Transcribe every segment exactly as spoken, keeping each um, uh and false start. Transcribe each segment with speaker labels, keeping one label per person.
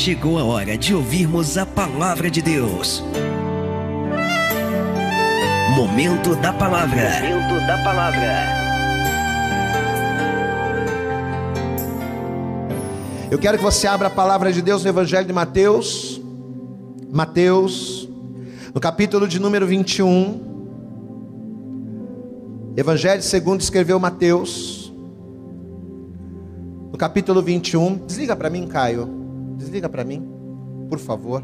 Speaker 1: chegou a hora de ouvirmos a palavra de Deus. Momento da palavra. Momento da palavra.
Speaker 2: Eu quero que você abra a palavra de Deus no Evangelho de Mateus. Mateus, no capítulo de número vinte e um. Evangelho segundo escreveu Mateus, no capítulo vinte e um. Desliga para mim, Caio. Desliga para mim, por favor.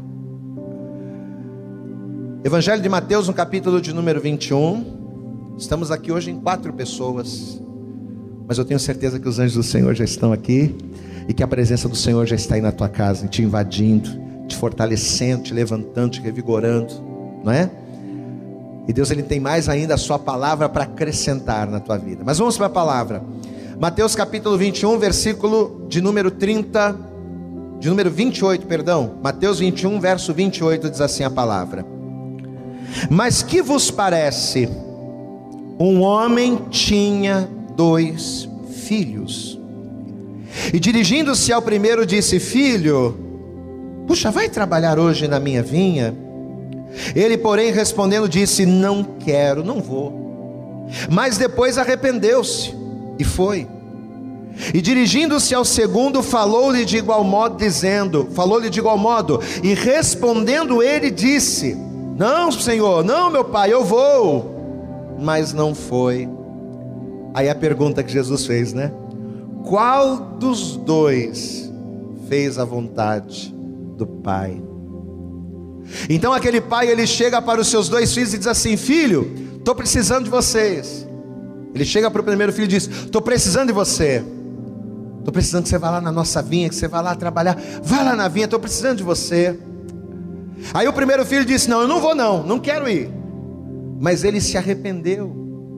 Speaker 2: Evangelho de Mateus, no capítulo de número vinte e um. Estamos aqui hoje em quatro pessoas, mas eu tenho certeza que os anjos do Senhor já estão aqui e que a presença do Senhor já está aí na tua casa, te invadindo, te fortalecendo, te levantando, te revigorando, não é? E Deus, Ele tem mais ainda a sua palavra para acrescentar na tua vida. Mas vamos para a palavra. Mateus capítulo vinte e um, versículo de número trinta, de número vinte e oito, perdão. Mateus vinte e um, verso vinte e oito, diz assim a palavra: Mas que vos parece? Um homem tinha dois filhos, e dirigindo-se ao primeiro disse: Filho, puxa, vai trabalhar hoje na minha vinha? Ele, porém, respondendo, disse: Não quero, não vou. Mas depois arrependeu-se e foi. E dirigindo-se ao segundo, falou-lhe de igual modo, dizendo, falou-lhe de igual modo, e respondendo ele disse: Não, Senhor, não, meu pai, eu vou. Mas não foi. Aí a pergunta que Jesus fez, né? Qual dos dois fez a vontade do Pai? Então aquele pai, ele chega para os seus dois filhos e diz assim: Filho, estou precisando de vocês. Ele chega para o primeiro filho e diz: Estou precisando de você. Estou precisando que você vá lá na nossa vinha, que você vá lá trabalhar. Vá lá na vinha, estou precisando de você. Aí o primeiro filho disse: Não, eu não vou não, não quero ir. Mas ele se arrependeu.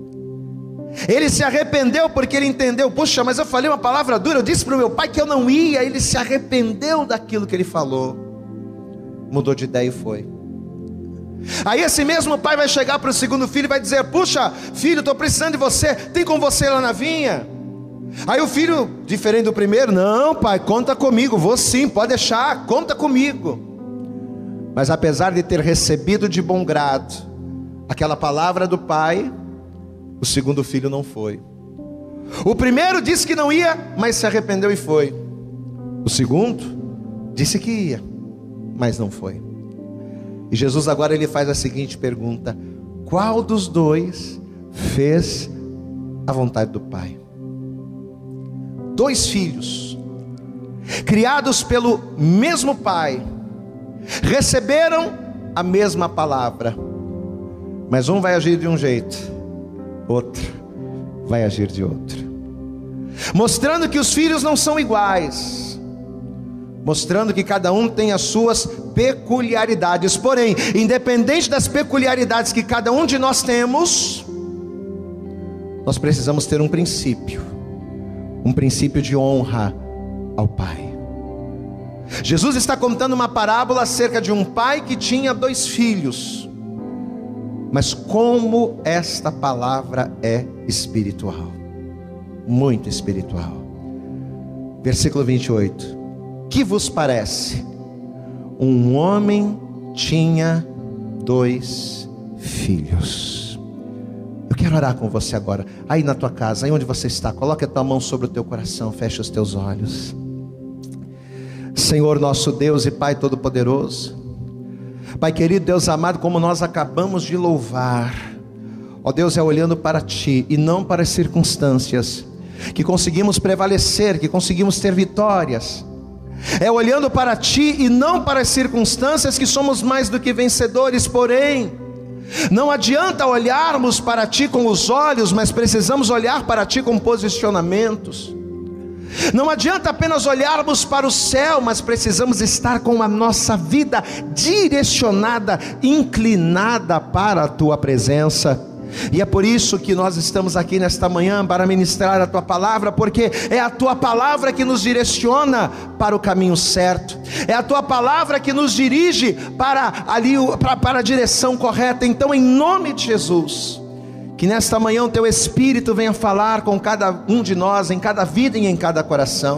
Speaker 2: Ele se arrependeu porque ele entendeu: Puxa, mas eu falei uma palavra dura, eu disse para o meu pai que eu não ia. Ele se arrependeu daquilo que ele falou, mudou de ideia e foi. Aí esse mesmo pai vai chegar para o segundo filho e vai dizer: Puxa, filho, estou precisando de você, tem com você lá na vinha? Aí o filho, diferente do primeiro: Não, pai, conta comigo, vou sim, pode deixar, conta comigo. Mas apesar de ter recebido de bom grado aquela palavra do pai, o segundo filho não foi. O primeiro disse que não ia, mas se arrependeu e foi. O segundo disse que ia, mas não foi. E Jesus agora ele faz a seguinte pergunta: Qual dos dois fez a vontade do Pai? Dois filhos, criados pelo mesmo Pai, receberam a mesma palavra, mas um vai agir de um jeito, outro vai agir de outro, mostrando que os filhos não são iguais, mostrando que cada um tem as suas peculiaridades. Porém, independente das peculiaridades que cada um de nós temos, nós precisamos ter um princípio, um princípio de honra ao Pai. Jesus está contando uma parábola acerca de um pai que tinha dois filhos. Mas como esta palavra é espiritual, muito espiritual. Versículo vinte e oito: Que vos parece? Um homem tinha dois filhos. Eu quero orar com você agora. Aí na tua casa, aí onde você está, coloque a tua mão sobre o teu coração, feche os teus olhos. Senhor nosso Deus e Pai Todo-Poderoso, Pai querido, Deus amado, como nós acabamos de louvar, ó Deus, é olhando para Ti e não para as circunstâncias, que conseguimos prevalecer, que conseguimos ter vitórias. É olhando para Ti e não para as circunstâncias que somos mais do que vencedores. Porém, não adianta olharmos para Ti com os olhos, mas precisamos olhar para Ti com posicionamentos. Não adianta apenas olharmos para o céu, mas precisamos estar com a nossa vida direcionada, inclinada para a Tua presença. E é por isso que nós estamos aqui nesta manhã para ministrar a Tua palavra, porque é a Tua palavra que nos direciona para o caminho certo, é a Tua palavra que nos dirige para, ali, para, para a direção correta. Então, em nome de Jesus, que nesta manhã o Teu Espírito venha falar com cada um de nós, em cada vida e em cada coração.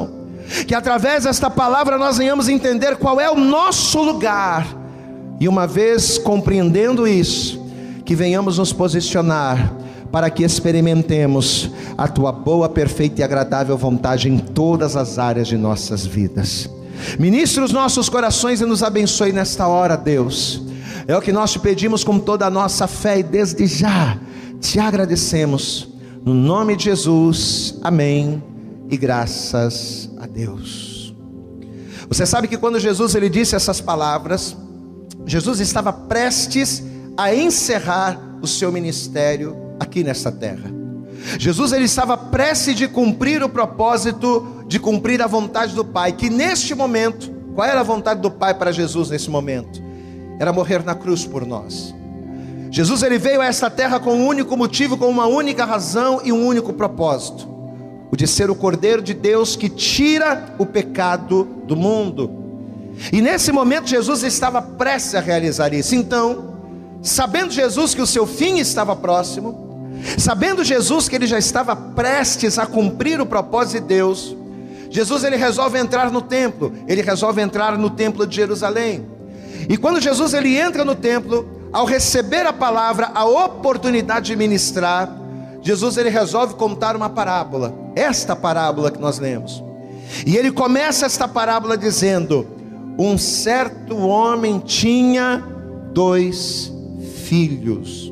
Speaker 2: Que através desta palavra nós venhamos entender qual é o nosso lugar. E uma vez compreendendo isso, que venhamos nos posicionar para que experimentemos a tua boa, perfeita e agradável vontade em todas as áreas de nossas vidas. Ministre os nossos corações e nos abençoe nesta hora, Deus. É o que nós te pedimos com toda a nossa fé e desde já te agradecemos. No nome de Jesus, amém e graças a Deus. Você sabe que quando Jesus ele disse essas palavras, Jesus estava prestes a encerrar o seu ministério aqui nesta terra. Jesus ele estava prestes de cumprir o propósito, de cumprir a vontade do Pai, que neste momento, qual era a vontade do Pai para Jesus nesse momento? Era morrer na cruz por nós. Jesus ele veio a esta terra com um único motivo, com uma única razão e um único propósito: o de ser o Cordeiro de Deus que tira o pecado do mundo. E nesse momento Jesus estava prestes a realizar isso. Então, sabendo Jesus que o seu fim estava próximo, sabendo Jesus que ele já estava prestes a cumprir o propósito de Deus, Jesus ele resolve entrar no templo. Ele resolve entrar no templo de Jerusalém. E quando Jesus ele entra no templo, ao receber a palavra, a oportunidade de ministrar, Jesus ele resolve contar uma parábola. Esta parábola que nós lemos. E ele começa esta parábola dizendo: um certo homem tinha dois filhos.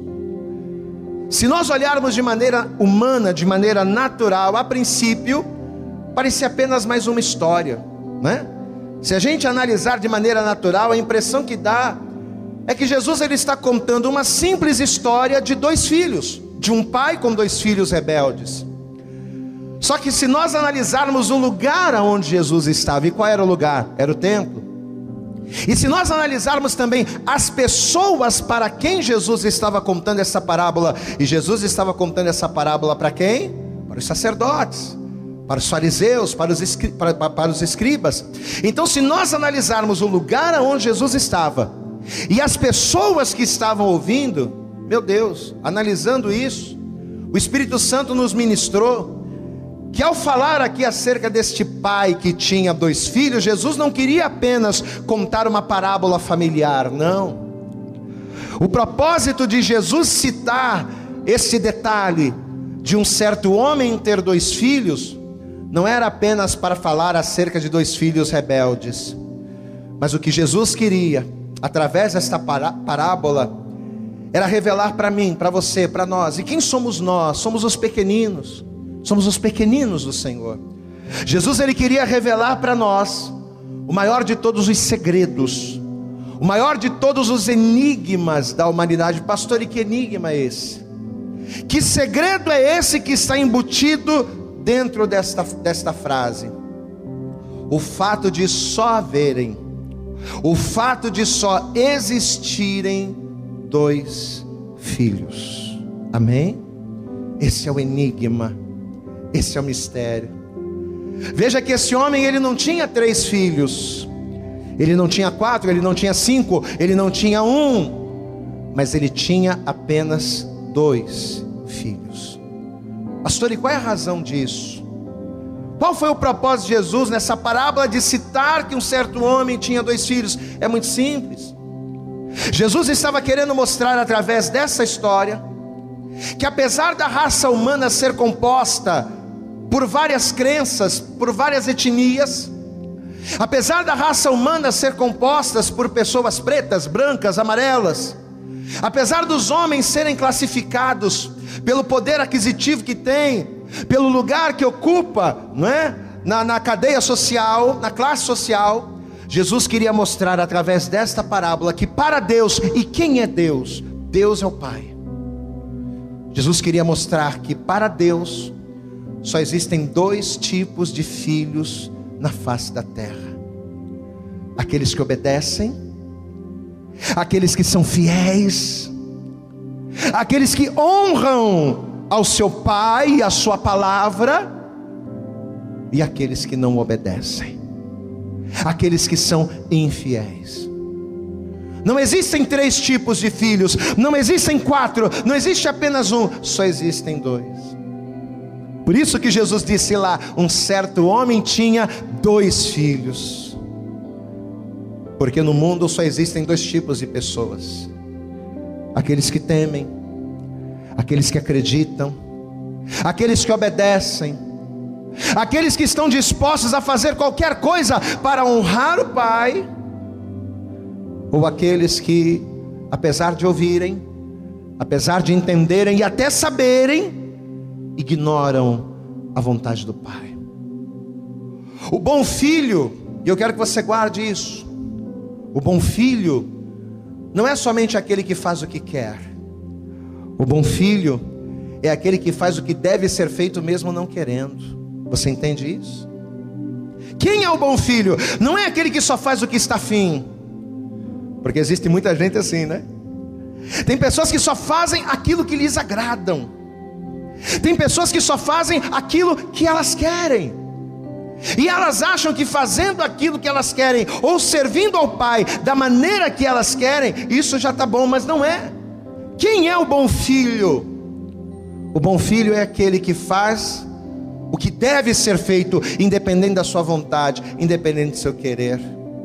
Speaker 2: Se nós olharmos de maneira humana, de maneira natural, a princípio, parecia apenas mais uma história, né? Se a gente analisar de maneira natural, a impressão que dá é que Jesus ele está contando uma simples história de dois filhos, de um pai com dois filhos rebeldes. Só que se nós analisarmos o lugar onde Jesus estava, e qual era o lugar? Era o templo. E se nós analisarmos também as pessoas para quem Jesus estava contando essa parábola, e Jesus estava contando essa parábola para quem? Para os sacerdotes, para os fariseus, para os, escri- para, para os escribas. Então se nós analisarmos o lugar onde Jesus estava, e as pessoas que estavam ouvindo, meu Deus, analisando isso, o Espírito Santo nos ministrou que ao falar aqui acerca deste pai que tinha dois filhos, Jesus não queria apenas contar uma parábola familiar, não. O propósito de Jesus citar esse detalhe de um certo homem ter dois filhos, não era apenas para falar acerca de dois filhos rebeldes, mas o que Jesus queria, através desta parábola, era revelar para mim, para você, para nós. E quem somos nós? Somos os pequeninos. Somos os pequeninos do Senhor. Jesus ele queria revelar para nós o maior de todos os segredos, o maior de todos os enigmas da humanidade. Pastor, e que enigma é esse? Que segredo é esse que está embutido dentro desta, desta frase? O fato de só haverem, o fato de só existirem dois filhos. Amém? Esse é o enigma, esse é o mistério. Veja que esse homem ele não tinha três filhos, ele não tinha quatro, ele não tinha cinco, ele não tinha um, mas ele tinha apenas dois filhos. Pastor, e qual é a razão disso? Qual foi o propósito de Jesus nessa parábola de citar que um certo homem tinha dois filhos? É muito simples. Jesus estava querendo mostrar através dessa história que apesar da raça humana ser composta por várias crenças, por várias etnias, apesar da raça humana ser composta por pessoas pretas, brancas, amarelas, apesar dos homens serem classificados pelo poder aquisitivo que tem, pelo lugar que ocupa, não é? na, na cadeia social, na classe social, Jesus queria mostrar através desta parábola que para Deus, e quem é Deus? Deus é o Pai. Jesus queria mostrar que para Deus só existem dois tipos de filhos na face da terra: aqueles que obedecem, aqueles que são fiéis, aqueles que honram ao seu pai e a sua palavra, e aqueles que não obedecem, aqueles que são infiéis. Não existem três tipos de filhos, não existem quatro, não existe apenas um, só existem dois. Por isso que Jesus disse lá: um certo homem tinha dois filhos. Porque no mundo só existem dois tipos de pessoas: aqueles que temem, aqueles que acreditam, aqueles que obedecem, aqueles que estão dispostos a fazer qualquer coisa para honrar o Pai, ou aqueles que, apesar de ouvirem, apesar de entenderem e até saberem, ignoram a vontade do Pai. O bom filho, e eu quero que você guarde isso, o bom filho não é somente aquele que faz o que quer. O bom filho é aquele que faz o que deve ser feito mesmo não querendo. Você entende isso? Quem é o bom filho? Não é aquele que só faz o que está afim, porque existe muita gente assim, né? Tem pessoas que só fazem aquilo que lhes agradam. Tem pessoas que só fazem aquilo que elas querem, e elas acham que fazendo aquilo que elas querem, ou servindo ao Pai da maneira que elas querem, isso já está bom, mas não é. Quem é o bom filho? O bom filho é aquele que faz o que deve ser feito, independente da sua vontade, independente do seu querer.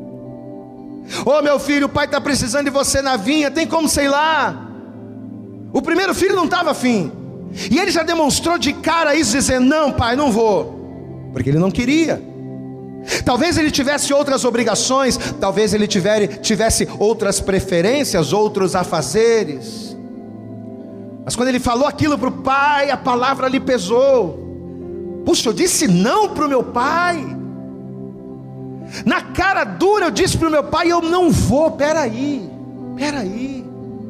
Speaker 2: Ô meu filho, o pai está precisando de você na vinha, tem como, sei lá. O primeiro filho não estava afim, e ele já demonstrou de cara isso, dizendo: não pai, não vou, porque ele não queria. Talvez ele tivesse outras obrigações, talvez ele tiver, tivesse outras preferências, outros afazeres. Mas quando ele falou aquilo para o pai, a palavra lhe pesou. Puxa, eu disse não para o meu pai. Na cara dura eu disse para o meu pai: eu não vou, peraí, peraí.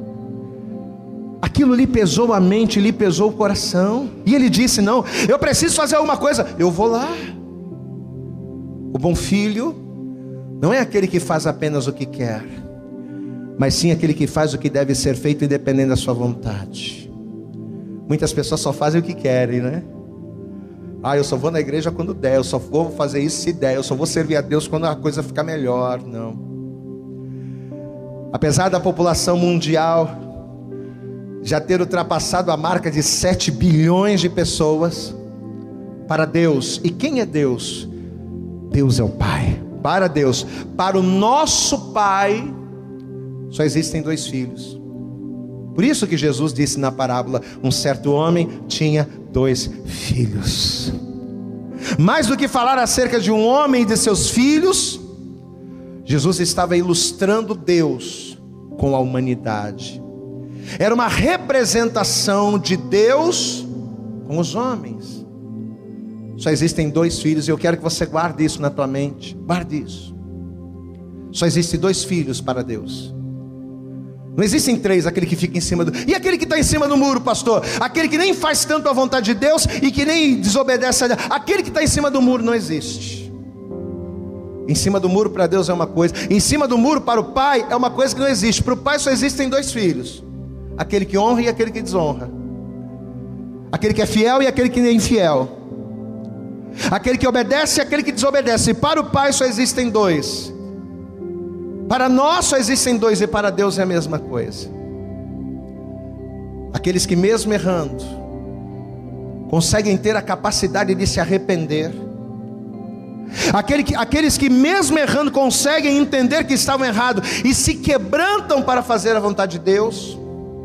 Speaker 2: Aquilo lhe pesou a mente, lhe pesou o coração. E ele disse: não, eu preciso fazer alguma coisa, eu vou lá. O bom filho não é aquele que faz apenas o que quer, mas sim aquele que faz o que deve ser feito, independente da sua vontade. Muitas pessoas só fazem o que querem, né? Ah, eu só vou na igreja quando der, eu só vou fazer isso se der, eu só vou servir a Deus quando a coisa ficar melhor. Não. Apesar da população mundial já ter ultrapassado a marca de sete bilhões de pessoas, para Deus, e quem é Deus? Deus é o Pai. Para Deus, para o nosso Pai, só existem dois filhos. Por isso que Jesus disse na parábola: um certo homem tinha dois filhos. Mais do que falar acerca de um homem e de seus filhos, Jesus estava ilustrando Deus com a humanidade. Era uma representação de Deus com os homens. Só existem dois filhos, e eu quero que você guarde isso na tua mente. Guarde isso. Só existem dois filhos para Deus. Não existem três: aquele que fica em cima do... E aquele que está em cima do muro, pastor? Aquele que nem faz tanto a vontade de Deus e que nem desobedece a Deus. Aquele que está em cima do muro não existe. Em cima do muro para Deus é uma coisa, em cima do muro para o Pai é uma coisa que não existe. Para o Pai só existem dois filhos: aquele que honra e aquele que desonra, aquele que é fiel e aquele que é infiel, aquele que obedece e aquele que desobedece. E para o Pai só existem dois. Para nós só existem dois, e para Deus é a mesma coisa. Aqueles que mesmo errando conseguem ter a capacidade de se arrepender. Aquele que, aqueles que mesmo errando conseguem entender que estavam errados e se quebrantam para fazer a vontade de Deus.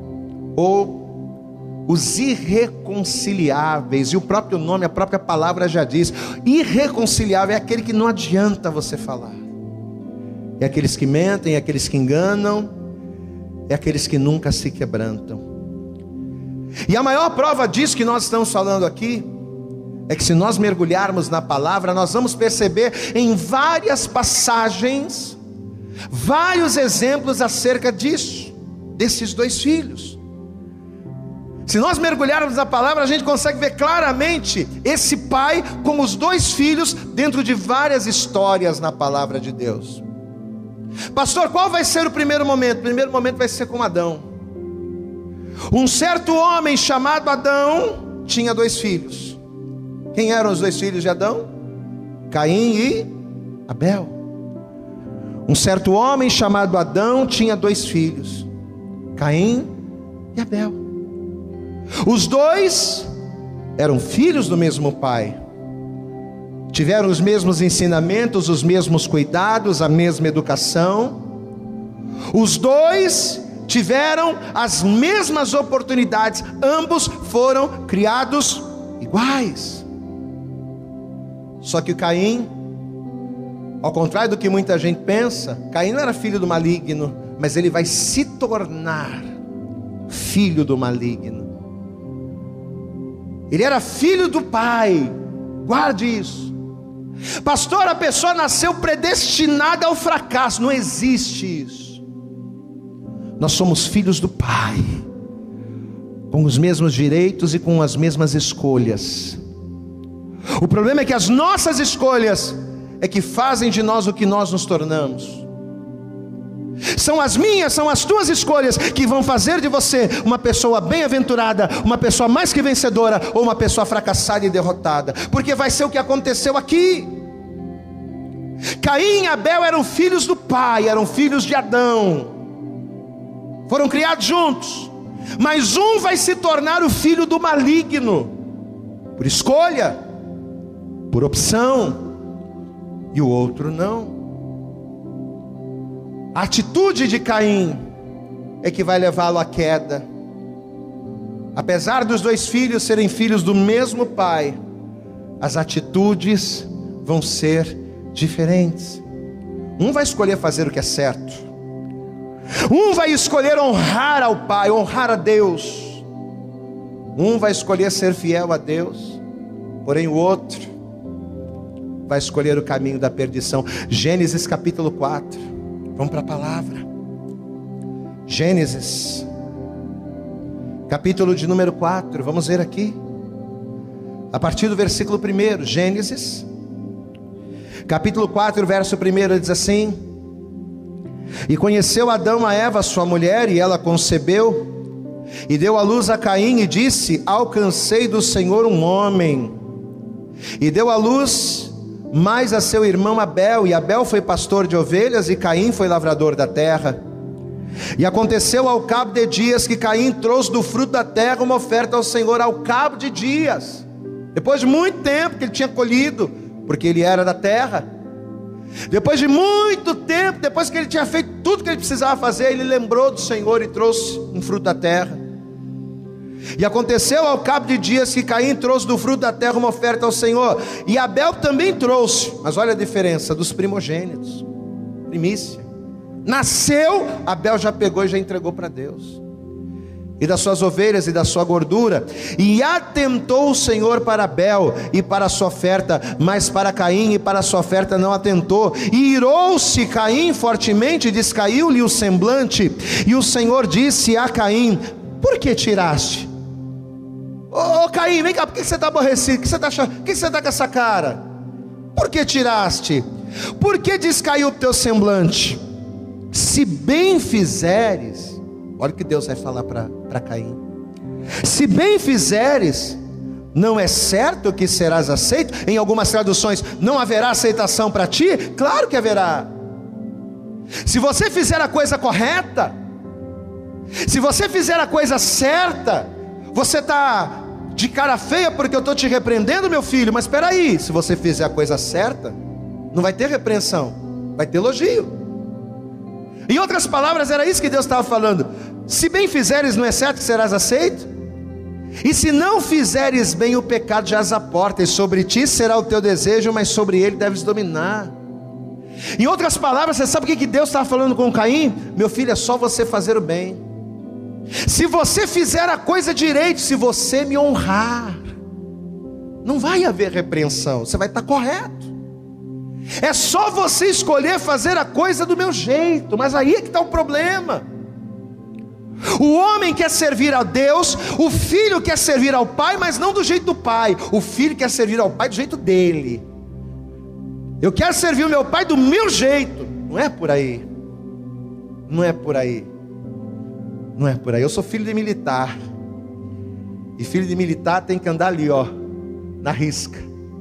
Speaker 2: Ou os irreconciliáveis, e o próprio nome, a própria palavra já diz: irreconciliável é aquele que não adianta você falar. É aqueles que mentem, é aqueles que enganam, é aqueles que nunca se quebrantam. E a maior prova disso que nós estamos falando aqui é que, se nós mergulharmos na palavra, nós vamos perceber em várias passagens vários exemplos acerca disso, desses dois filhos. Se nós mergulharmos na palavra, a gente consegue ver claramente esse pai com os dois filhos dentro de várias histórias na palavra de Deus. Pastor, qual vai ser o primeiro momento? O primeiro momento vai ser com Adão. Um certo homem chamado Adão tinha dois filhos. Quem eram os dois filhos de Adão? Caim e Abel. Um certo homem chamado Adão tinha dois filhos: Caim e Abel. Os dois eram filhos do mesmo pai, tiveram os mesmos ensinamentos, os mesmos cuidados, a mesma educação. Os dois tiveram as mesmas oportunidades, ambos foram criados iguais. Só que Caim, ao contrário do que muita gente pensa, Caim não era filho do maligno, mas ele vai se tornar filho do maligno. Ele era filho do pai, guarde isso. Pastor, a pessoa nasceu predestinada ao fracasso. Não existe isso. Nós somos filhos do pai, com os mesmos direitos e com as mesmas escolhas. O problema é que as nossas escolhas é que fazem de nós o que nós nos tornamos. São as minhas, são as tuas escolhas que vão fazer de você uma pessoa bem-aventurada, uma pessoa mais que vencedora, ou uma pessoa fracassada e derrotada. Porque vai ser o que aconteceu aqui. Caim e Abel eram filhos do pai, eram filhos de Adão, foram criados juntos, mas um vai se tornar o filho do maligno, por escolha, por opção, e o outro não. A atitude de Caim é que vai levá-lo à queda. Apesar dos dois filhos serem filhos do mesmo pai, as atitudes vão ser diferentes. Um vai escolher fazer o que é certo, um vai escolher honrar ao pai, honrar a Deus. Um vai escolher ser fiel a Deus, porém o outro vai escolher o caminho da perdição. Gênesis capítulo quatro. Vamos para a palavra. Gênesis capítulo de número quatro. Vamos ver aqui, a partir do versículo primeiro. Gênesis capítulo quatro, verso primeiro, diz assim: E conheceu Adão a Eva, sua mulher, e ela concebeu, e deu à luz a Caim, e disse: Alcancei do Senhor um homem. E deu à luz mais a seu irmão Abel, e Abel foi pastor de ovelhas, e Caim foi lavrador da terra. E aconteceu ao cabo de dias, que Caim trouxe do fruto da terra uma oferta ao Senhor. Ao cabo de dias, depois de muito tempo que ele tinha colhido, porque ele era da terra, depois de muito tempo, depois que ele tinha feito tudo que ele precisava fazer, ele lembrou do Senhor e trouxe um fruto da terra. E aconteceu ao cabo de dias, que Caim trouxe do fruto da terra uma oferta ao Senhor, e Abel também trouxe, mas olha a diferença, dos primogênitos, primícia. Nasceu, Abel já pegou e já entregou para Deus, e das suas ovelhas e da sua gordura. E atentou o Senhor para Abel e para a sua oferta, mas para Caim e para a sua oferta não atentou. E irou-se Caim fortemente, descaiu-lhe o semblante, e o Senhor disse a Caim: Por que tiraste? Ô oh, Caim, vem cá, por que você está aborrecido? Por que você está achando? Por que você está com essa cara? Por que tiraste? Por que descaiu o teu semblante? Se bem fizeres, olha o que Deus vai falar para Caim: se bem fizeres, não é certo que serás aceito? Em algumas traduções, não haverá aceitação para ti? Claro que haverá. Se você fizer a coisa correta, se você fizer a coisa certa, você está de cara feia porque eu estou te repreendendo, meu filho. Mas espera aí, se você fizer a coisa certa, não vai ter repreensão, vai ter elogio. Em outras palavras, era isso que Deus estava falando: se bem fizeres, não é certo que serás aceito? E se não fizeres bem, o pecado jaz à porta, e sobre ti será o teu desejo, mas sobre ele deves dominar. Em outras palavras, você sabe o que Deus estava falando com Caim? Meu filho, é só você fazer o bem. Se você fizer a coisa direito, se você me honrar, não vai haver repreensão, você vai estar correto. É só você escolher fazer a coisa do meu jeito. Mas aí é que está o problema. O homem quer servir a Deus, o filho quer servir ao pai, mas não do jeito do pai. O filho quer servir ao pai do jeito dele. Eu quero servir o meu pai do meu jeito. Não é por aí. Não é por aí. Não é por aí. Eu sou filho de militar, e filho de militar tem que andar ali, ó, na risca.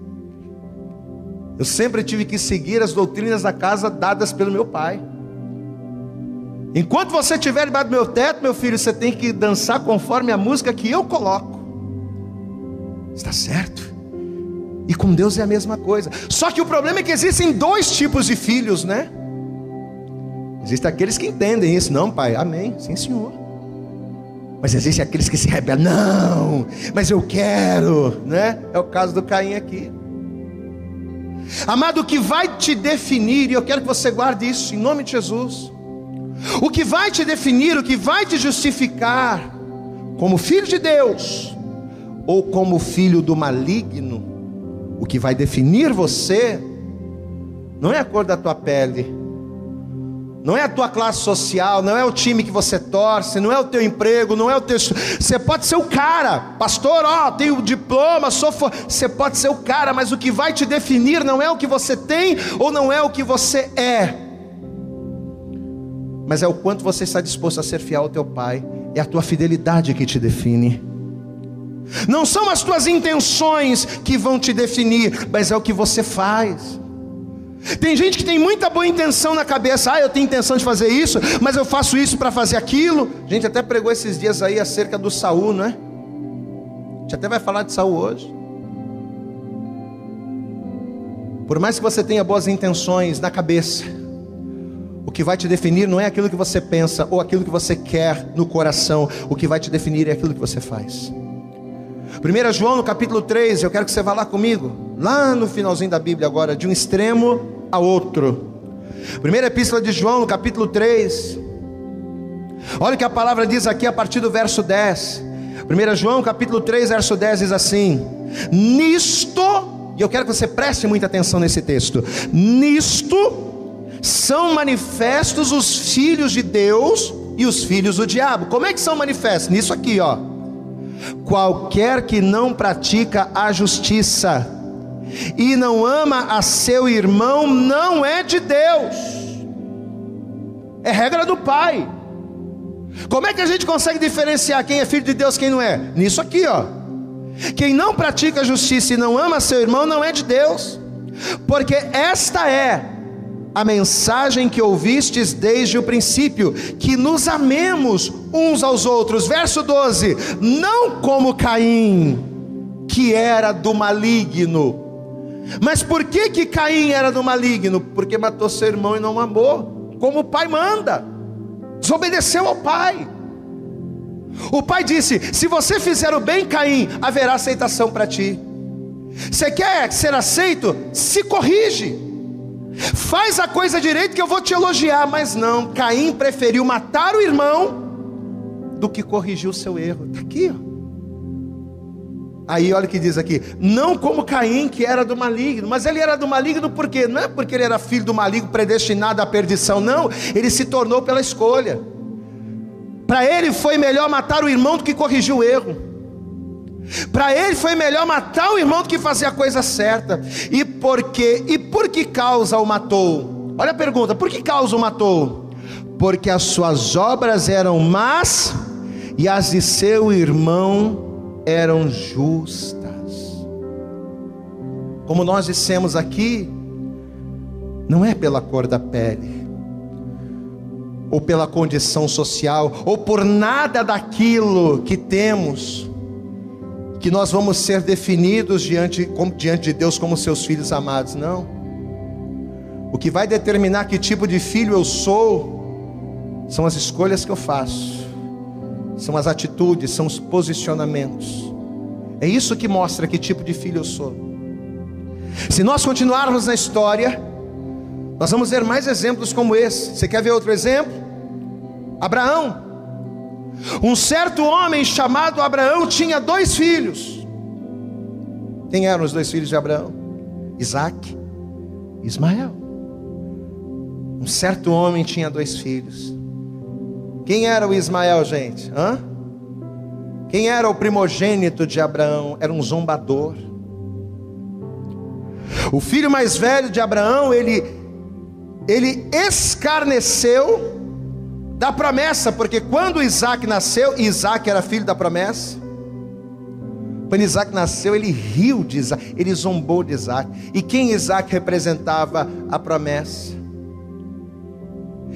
Speaker 2: Eu sempre tive que seguir as doutrinas da casa dadas pelo meu pai. Enquanto você estiver debaixo do meu teto, meu filho, você tem que dançar conforme a música que eu coloco. Está certo? E com Deus é a mesma coisa. Só que o problema é que existem dois tipos de filhos, né? Existem aqueles que entendem isso. Não, pai, amém, sim senhor. Mas existem aqueles que se rebelam. Não, mas eu quero, né? É o caso do Caim aqui. Amado, o que vai te definir, e eu quero que você guarde isso em nome de Jesus, o que vai te definir, o que vai te justificar como filho de Deus ou como filho do maligno, o que vai definir você não é a cor da tua pele, não é a tua classe social, não é o time que você torce, não é o teu emprego, não é o teu... Você pode ser o cara, pastor, ó, tenho diploma, sou... For... Você pode ser o cara, mas o que vai te definir não é o que você tem ou não é o que você é, mas é o quanto você está disposto a ser fiel ao teu pai. É a tua fidelidade que te define. Não são as tuas intenções que vão te definir, mas é o que você faz. Tem gente que tem muita boa intenção na cabeça. Ah, eu tenho intenção de fazer isso, mas eu faço isso para fazer aquilo. A gente até pregou esses dias aí acerca do Saul, né? A gente até vai falar de Saul hoje. Por mais que você tenha boas intenções na cabeça, o que vai te definir não é aquilo que você pensa ou aquilo que você quer no coração. O que vai te definir é aquilo que você faz. primeiro João no capítulo três, eu quero que você vá lá comigo, lá no finalzinho da Bíblia agora, de um extremo a outro. Primeira epístola de João no capítulo três. Olha o que a palavra diz aqui a partir do verso dez. primeiro João capítulo três, verso dez diz assim: nisto, e eu quero que você preste muita atenção nesse texto, nisto são manifestos os filhos de Deus e os filhos do diabo. Como é que são manifestos? Nisso aqui, ó: qualquer que não pratica a justiça e não ama a seu irmão não é de Deus. É regra do pai. Como é que a gente consegue diferenciar quem é filho de Deus e quem não é? Nisso aqui, ó: quem não pratica a justiça e não ama a seu irmão não é de Deus, porque esta é a mensagem que ouvistes desde o princípio, que nos amemos uns aos outros. Verso doze: não como Caim, que era do maligno. Mas por que que Caim era do maligno? Porque matou seu irmão e não amou, como o pai manda, desobedeceu ao pai. O pai disse: se você fizer o bem, Caim, haverá aceitação para ti. Você quer ser aceito? Se corrige, faz a coisa direito que eu vou te elogiar. Mas não, Caim preferiu matar o irmão do que corrigir o seu erro. Está aqui, ó. Aí olha o que diz aqui: não como Caim, que era do maligno. Mas ele era do maligno por quê? Não é porque ele era filho do maligno, predestinado à perdição. Não, ele se tornou pela escolha. Para ele foi melhor matar o irmão do que corrigir o erro. Para ele foi melhor matar o irmão do que fazer a coisa certa. E por quê? E por que causa o matou? Olha a pergunta: por que causa o matou? Porque as suas obras eram más e as de seu irmão eram justas. Como nós dissemos aqui, não é pela cor da pele, ou pela condição social, ou por nada daquilo que temos, que nós vamos ser definidos diante, diante de Deus como seus filhos amados. Não. O que vai determinar que tipo de filho eu sou são as escolhas que eu faço, são as atitudes, são os posicionamentos. É isso que mostra que tipo de filho eu sou. Se nós continuarmos na história, nós vamos ver mais exemplos como esse. Você quer ver outro exemplo? Abraão. Um certo homem chamado Abraão tinha dois filhos. Quem eram os dois filhos de Abraão? Isaque e Ismael. Um certo homem tinha dois filhos. Quem era o Ismael, gente? Hã? Quem era o primogênito de Abraão? Era um zombador. O filho mais velho de Abraão, ele, ele escarneceu da promessa, porque quando Isaac nasceu, Isaac era filho da promessa. Quando Isaac nasceu, ele riu de Isaac, ele zombou de Isaac. E quem Isaac representava? A promessa.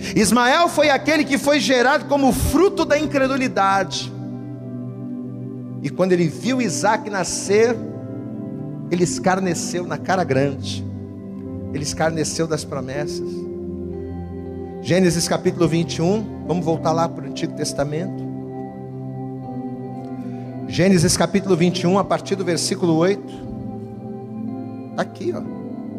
Speaker 2: Ismael foi aquele que foi gerado como fruto da incredulidade. E quando ele viu Isaac nascer, ele escarneceu na cara grande. Ele escarneceu das promessas. Gênesis capítulo vinte e um. Vamos voltar lá para o Antigo Testamento. Gênesis capítulo vinte e um, a partir do versículo oito. Está aqui, ó.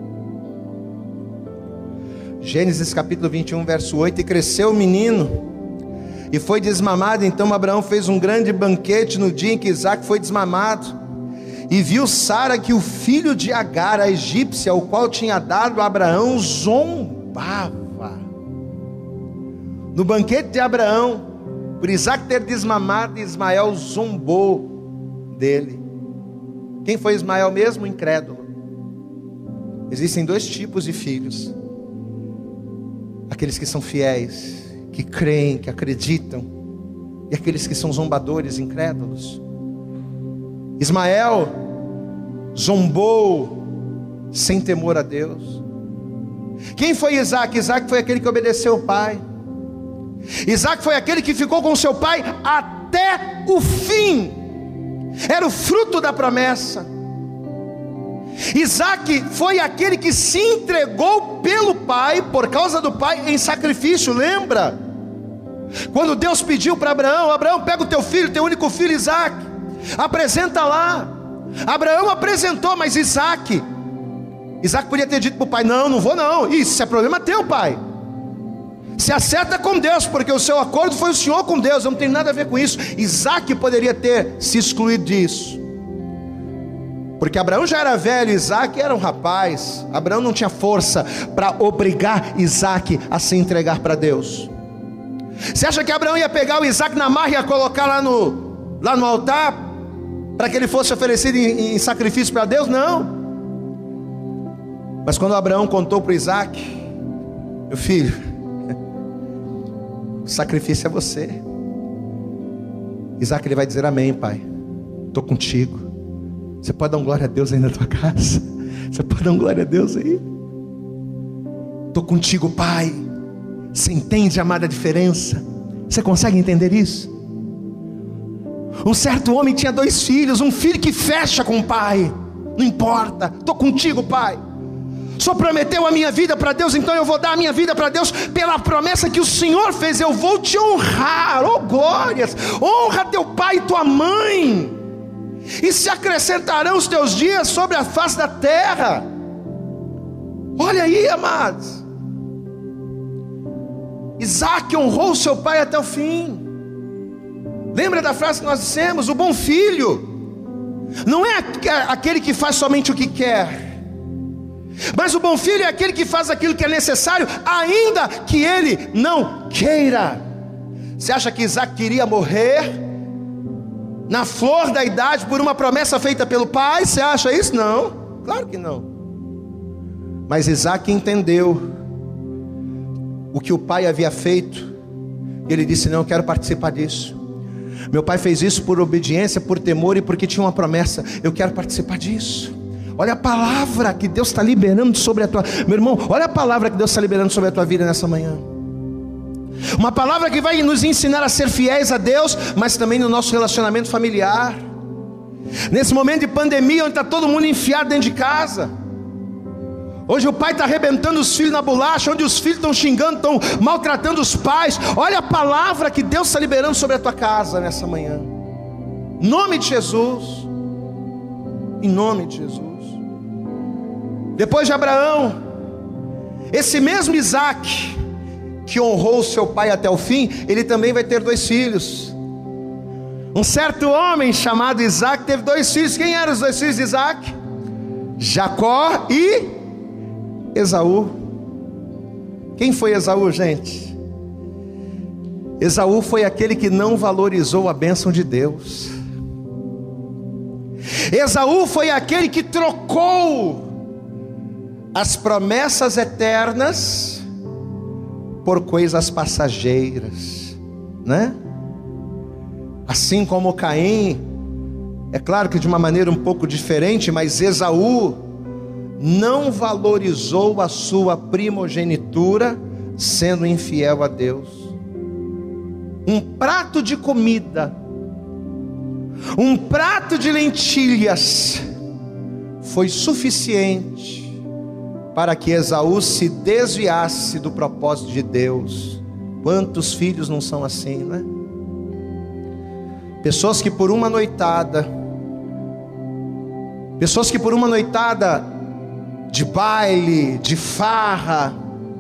Speaker 2: Gênesis capítulo vinte e um, verso oito. E cresceu o menino e foi desmamado. Então Abraão fez um grande banquete no dia em que Isaac foi desmamado. E viu Sara que o filho de Agar, a egípcia, o qual tinha dado a Abraão, zombava. No banquete de Abraão, por Isaac ter desmamado, Ismael zombou dele. Quem foi Ismael mesmo? Incrédulo. Existem dois tipos de filhos: aqueles que são fiéis, que creem, que acreditam, e aqueles que são zombadores, incrédulos. Ismael zombou sem temor a Deus. Quem foi Isaac? Isaac foi aquele que obedeceu o pai. Isaac foi aquele que ficou com seu pai até o fim. Era o fruto da promessa. Isaac foi aquele que se entregou pelo pai, por causa do pai, em sacrifício. Lembra? Quando Deus pediu para Abraão: Abraão, pega o teu filho, teu único filho Isaac, apresenta lá. Abraão apresentou, mas Isaac Isaac podia ter dito para o pai: não, não vou não. Isso é problema teu, pai. Se acerta com Deus, porque o seu acordo foi o senhor com Deus, eu não tenho nada a ver com isso. Isaac poderia ter se excluído disso, porque Abraão já era velho, Isaac era um rapaz. Abraão não tinha força para obrigar Isaac a se entregar para Deus. Você acha que Abraão ia pegar o Isaac na marra e ia colocar lá no, lá no altar, para que ele fosse oferecido em, em sacrifício para Deus? Não. Mas quando Abraão contou para Isaac: meu filho, o sacrifício é você. Isaac, ele vai dizer: amém, pai, estou contigo. Você pode dar um glória a Deus aí na tua casa? Você pode dar um glória a Deus aí? Estou contigo, pai. Você entende, amada, a diferença? Você consegue entender isso? Um certo homem tinha dois filhos. Um filho que fecha com o pai: não importa, estou contigo, pai. O Senhor prometeu a minha vida para Deus, então eu vou dar a minha vida para Deus pela promessa que o Senhor fez. Eu vou te honrar. Oh glórias, honra teu pai e tua mãe, e se acrescentarão os teus dias sobre a face da terra. Olha aí, amados, Isaac honrou seu pai até o fim. Lembra da frase que nós dissemos? O bom filho não é aquele que faz somente o que quer, mas o bom filho é aquele que faz aquilo que é necessário, ainda que ele não queira. Você acha que Isaac queria morrer na flor da idade por uma promessa feita pelo pai? Você acha isso? Não, claro que não. Mas Isaac entendeu o que o pai havia feito, e ele disse: não, eu quero participar disso. Meu pai fez isso por obediência, por temor e porque tinha uma promessa. Eu quero participar disso. Olha a palavra que Deus está liberando sobre a tua... Meu irmão, olha a palavra que Deus está liberando sobre a tua vida nessa manhã. Uma palavra que vai nos ensinar a ser fiéis a Deus, mas também no nosso relacionamento familiar. Nesse momento de pandemia, onde está todo mundo enfiado dentro de casa, onde o pai está arrebentando os filhos na bolacha, onde os filhos estão xingando, estão maltratando os pais. Olha a palavra que Deus está liberando sobre a tua casa nessa manhã. Em nome de Jesus. Em nome de Jesus. Depois de Abraão, esse mesmo Isaac, que honrou seu pai até o fim, ele também vai ter dois filhos. Um certo homem chamado Isaac teve dois filhos. Quem eram os dois filhos de Isaac? Jacó e Esaú. Quem foi Esaú, gente? Esaú foi aquele que não valorizou a bênção de Deus. Esaú foi aquele que trocou as promessas eternas por coisas passageiras, né? Assim como Caim, é claro que de uma maneira um pouco diferente, mas Esaú não valorizou a sua primogenitura, sendo infiel a Deus. Um prato de comida, Um prato de lentilhas foi suficiente para que Esaú se desviasse do propósito de Deus. Quantos filhos não são assim, né? Pessoas que por uma noitada, pessoas que por uma noitada de baile, de farra,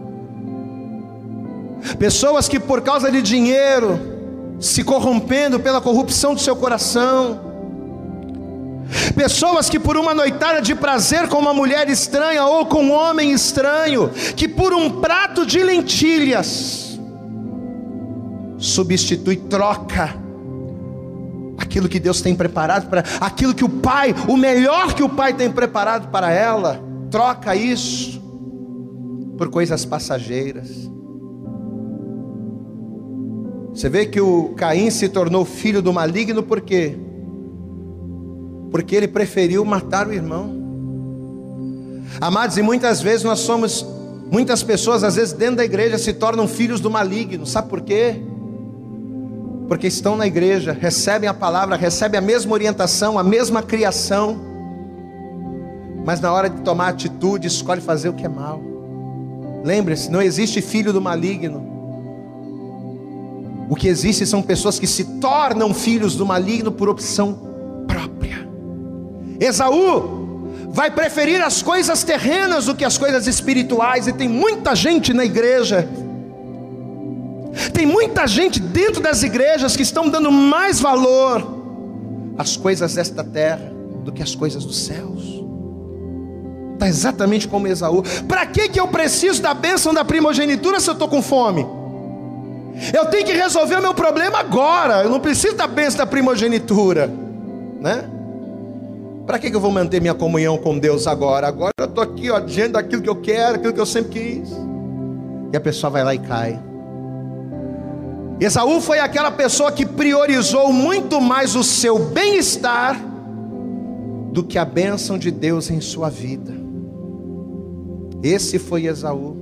Speaker 2: pessoas que por causa de dinheiro, se corrompendo pela corrupção do seu coração, pessoas que por uma noitada de prazer com uma mulher estranha ou com um homem estranho, que por um prato de lentilhas substitui, troca aquilo que Deus tem preparado para, aquilo que o Pai, o melhor que o Pai tem preparado para ela, troca isso por coisas passageiras. Você vê que o Caim se tornou filho do maligno, por quê? Porque ele preferiu matar o irmão. Amados, e muitas vezes nós somos, muitas pessoas às vezes dentro da igreja se tornam filhos do maligno. Sabe por quê? Porque estão na igreja, recebem a palavra, recebem a mesma orientação, a mesma criação, mas na hora de tomar atitude, escolhe fazer o que é mal. Lembre-se, não existe filho do maligno. O que existe são pessoas que se tornam filhos do maligno por opção própria. Esaú vai preferir as coisas terrenas do que as coisas espirituais, e tem muita gente na igreja, tem muita gente dentro das igrejas que estão dando mais valor às coisas desta terra do que às coisas dos céus. Está exatamente como Esaú. Para que que eu preciso da bênção da primogenitura se eu estou com fome? Eu tenho que resolver o meu problema agora, eu não preciso da bênção da primogenitura, né? Para que que eu vou manter minha comunhão com Deus agora? Agora eu estou aqui, ó, diante daquilo que eu quero, aquilo que eu sempre quis. E a pessoa vai lá e cai. Esaú foi aquela pessoa que priorizou muito mais o seu bem-estar do que a bênção de Deus em sua vida. Esse foi Esaú.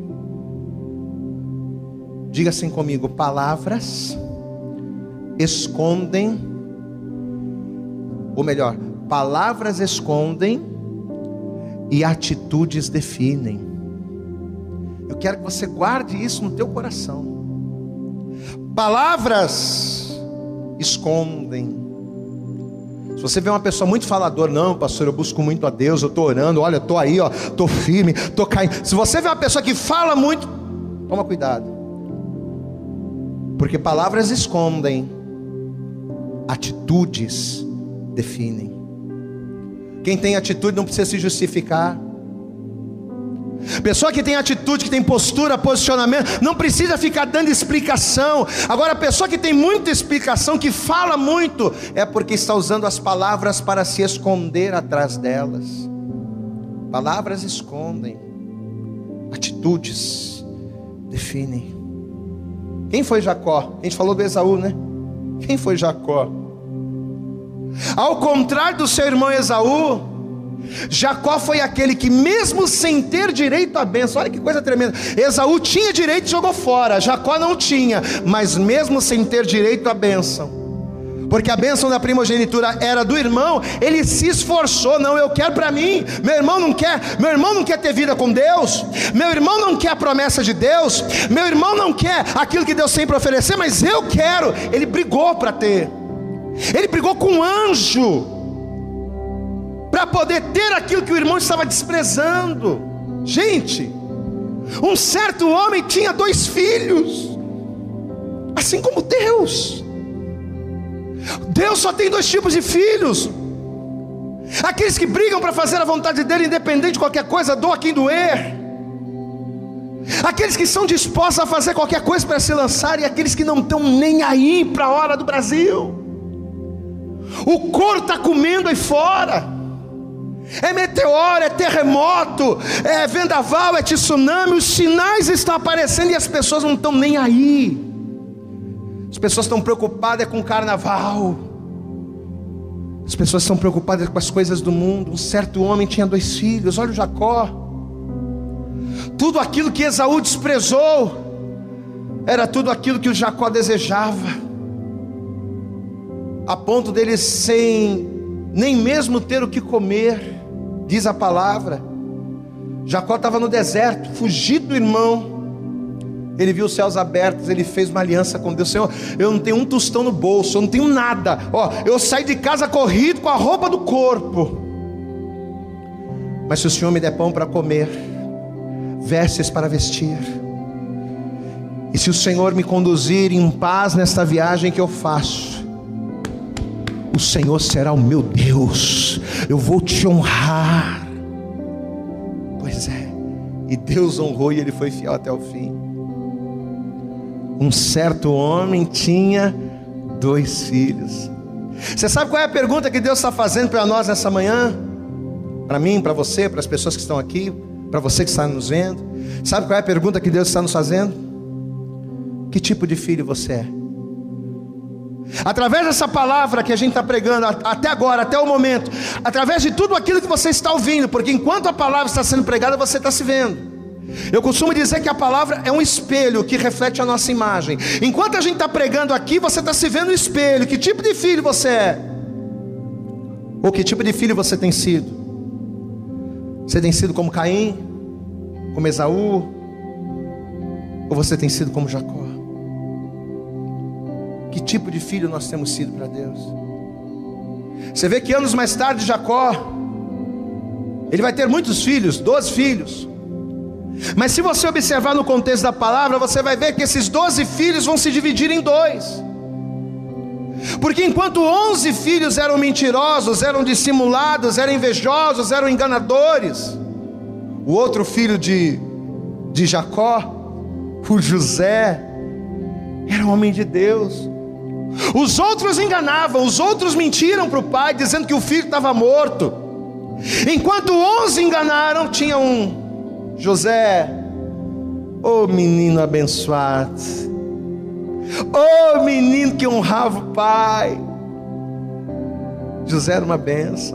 Speaker 2: Diga assim comigo: palavras escondem, ou melhor, palavras escondem e atitudes definem. Eu quero que você guarde isso no teu coração. Palavras escondem. Se você vê uma pessoa muito faladora, não, pastor, eu busco muito a Deus, eu estou orando, olha, eu estou aí, ó, estou firme, estou caindo. Se você vê uma pessoa que fala muito, toma cuidado, porque palavras escondem, atitudes definem. Quem tem atitude não precisa se justificar. Pessoa que tem atitude, que tem postura, posicionamento, não precisa ficar dando explicação. Agora a pessoa que tem muita explicação, que fala muito, é porque está usando as palavras para se esconder atrás delas. Palavras escondem, atitudes definem. Quem foi Jacó? A gente falou do Esaú, né? Quem foi Jacó? Ao contrário do seu irmão Esaú, Jacó foi aquele que, mesmo sem ter direito à bênção, olha que coisa tremenda, Esaú tinha direito e jogou fora, Jacó não tinha, mas mesmo sem ter direito à bênção, porque a bênção da primogenitura era do irmão, ele se esforçou. Não, eu quero para mim, meu irmão não quer, meu irmão não quer ter vida com Deus, meu irmão não quer a promessa de Deus, meu irmão não quer aquilo que Deus tem para oferecer, mas eu quero. Ele brigou para ter, ele brigou com um anjo, para poder ter aquilo que o irmão estava desprezando. Gente, um certo homem tinha dois filhos, assim como Deus. Deus só tem dois tipos de filhos: aqueles que brigam para fazer a vontade dele, independente de qualquer coisa, doa quem doer; aqueles que são dispostos a fazer qualquer coisa para se lançar, e aqueles que não estão nem aí para a hora do Brasil. O couro está comendo aí fora. É meteoro, é terremoto, é vendaval, é tsunami. Os sinais estão aparecendo e as pessoas não estão nem aí. As pessoas estão preocupadas com o carnaval, as pessoas estão preocupadas com as coisas do mundo. Um certo homem tinha dois filhos, olha o Jacó. Tudo aquilo que Esaú desprezou era tudo aquilo que o Jacó desejava. a ponto deles sem nem mesmo ter o que comer. Diz a palavra, Jacó estava no deserto, fugido do irmão. Ele viu os céus abertos, ele fez uma aliança com Deus. Senhor, eu não tenho um tostão no bolso, eu não tenho nada. Ó, eu saí de casa corrido com a roupa do corpo. Mas se o Senhor me der pão para comer, vestes para vestir, e se o Senhor me conduzir em paz nesta viagem que eu faço, o Senhor será o meu Deus, eu vou te honrar. Pois é, e Deus honrou e ele foi fiel até o fim. Um certo homem tinha dois filhos. Você sabe qual é a pergunta que Deus está fazendo para nós nessa manhã? Para mim, para você, para as pessoas que estão aqui, para você que está nos vendo. Sabe qual é a pergunta que Deus está nos fazendo? Que tipo de filho você é? Através dessa palavra que a gente está pregando até agora, até o momento, através de tudo aquilo que você está ouvindo, porque enquanto a palavra está sendo pregada, você está se vendo. Eu costumo dizer que a palavra é um espelho que reflete a nossa imagem. Enquanto a gente está pregando aqui, você está se vendo no espelho. Que tipo de filho você é? Ou que tipo de filho você tem sido? Você tem sido como Caim? Como Esaú? Ou você tem sido como Jacó? Que tipo de filho nós temos sido para Deus? Você vê que anos mais tarde Jacó, ele vai ter muitos filhos, doze filhos. Mas se você observar no contexto da palavra, você vai ver que esses doze filhos vão se dividir em dois. Porque enquanto onze filhos eram mentirosos, eram dissimulados, eram invejosos, eram enganadores, o outro filho de, de Jacó, o José, era um homem de Deus. Os outros enganavam, os outros mentiram para o pai, dizendo que o filho estava morto. Enquanto onze enganaram, tinha um José, ô oh, menino abençoado, ô oh, menino que honrava o pai. José era uma bênção.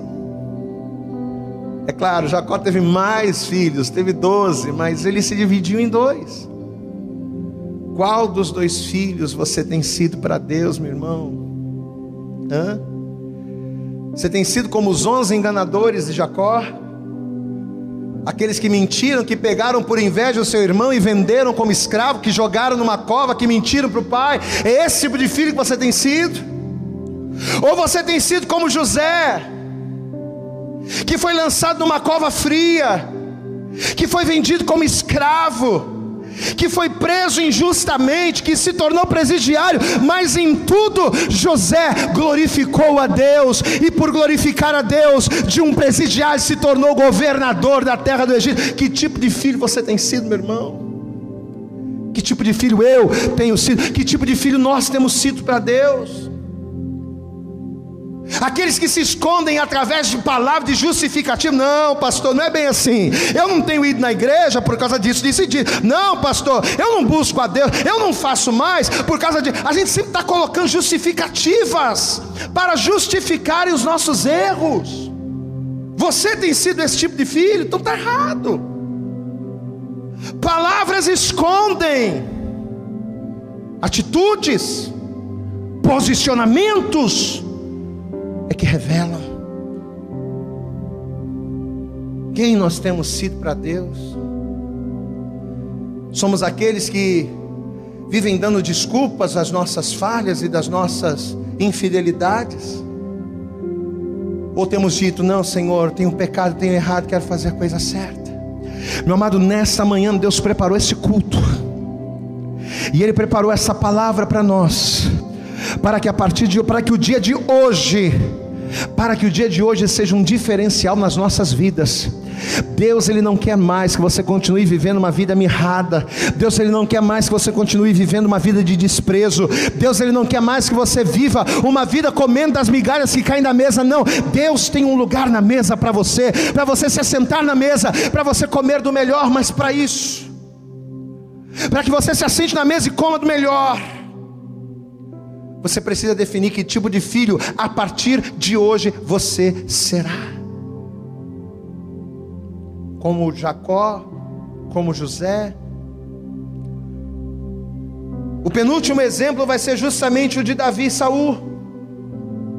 Speaker 2: É claro, Jacó teve mais filhos, teve doze, mas ele se dividiu em dois. Qual dos dois filhos você tem sido para Deus, meu irmão? Hã? Você tem sido como os onze enganadores de Jacó? Aqueles que mentiram, que pegaram por inveja o seu irmão e venderam como escravo, que jogaram numa cova, que mentiram para o pai? É esse tipo de filho que você tem sido? Ou você tem sido como José, que foi lançado numa cova fria, que foi vendido como escravo, que foi preso injustamente, que se tornou presidiário, mas em tudo José glorificou a Deus, e por glorificar a Deus, de um presidiário se tornou governador da terra do Egito. Que tipo de filho você tem sido, meu irmão? Que tipo de filho eu tenho sido? Que tipo de filho nós temos sido para Deus? Aqueles que se escondem através de palavras de justificativo. Não, pastor, não é bem assim. Eu não tenho ido na igreja por causa disso, disso e disso. Não, pastor, eu não busco a Deus, eu não faço mais por causa de... A gente sempre está colocando justificativas para justificarem os nossos erros. Você tem sido esse tipo de filho? Então está errado. Palavras escondem atitudes, posicionamentos é que revelam quem nós temos sido para Deus. Somos aqueles que vivem dando desculpas às nossas falhas e das nossas infidelidades? Ou temos dito, não, Senhor, tenho pecado, tenho errado, quero fazer a coisa certa? Meu amado, nesta manhã Deus preparou esse culto, e Ele preparou essa palavra para nós, para que a partir de para que o dia de hoje, para que o dia de hoje seja um diferencial nas nossas vidas. Deus, Ele não quer mais que você continue vivendo uma vida mirrada. Deus, Ele não quer mais que você continue vivendo uma vida de desprezo. Deus, Ele não quer mais que você viva uma vida comendo das migalhas que caem da mesa. Não, Deus tem um lugar na mesa para você, para você se assentar na mesa, para você comer do melhor. Mas para isso, para que você se assente na mesa e coma do melhor, você precisa definir que tipo de filho a partir de hoje você será. Como Jacó, como José. O penúltimo exemplo vai ser justamente o de Davi e Saul.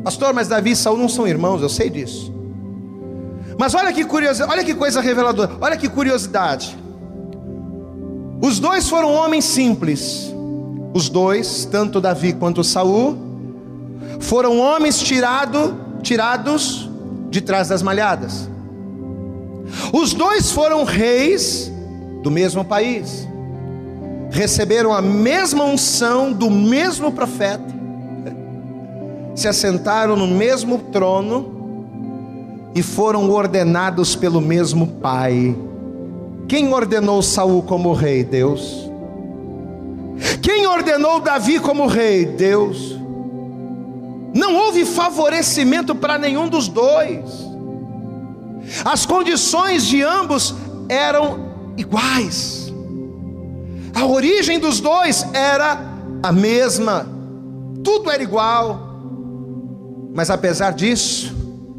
Speaker 2: Pastor, mas Davi e Saul não são irmãos, eu sei disso. Mas olha que curiosidade, olha que coisa reveladora, olha que curiosidade. Os dois foram homens simples. Os dois, tanto Davi quanto Saul, foram homens tirado, tirados de trás das malhadas. Os dois foram reis do mesmo país. Receberam a mesma unção do mesmo profeta. Se assentaram no mesmo trono e foram ordenados pelo mesmo pai. Quem ordenou Saul como rei? Deus. Quem ordenou Davi como rei? Deus. Não houve favorecimento para nenhum dos dois. As condições de ambos eram iguais. A origem dos dois era a mesma. Tudo era igual. Mas apesar disso,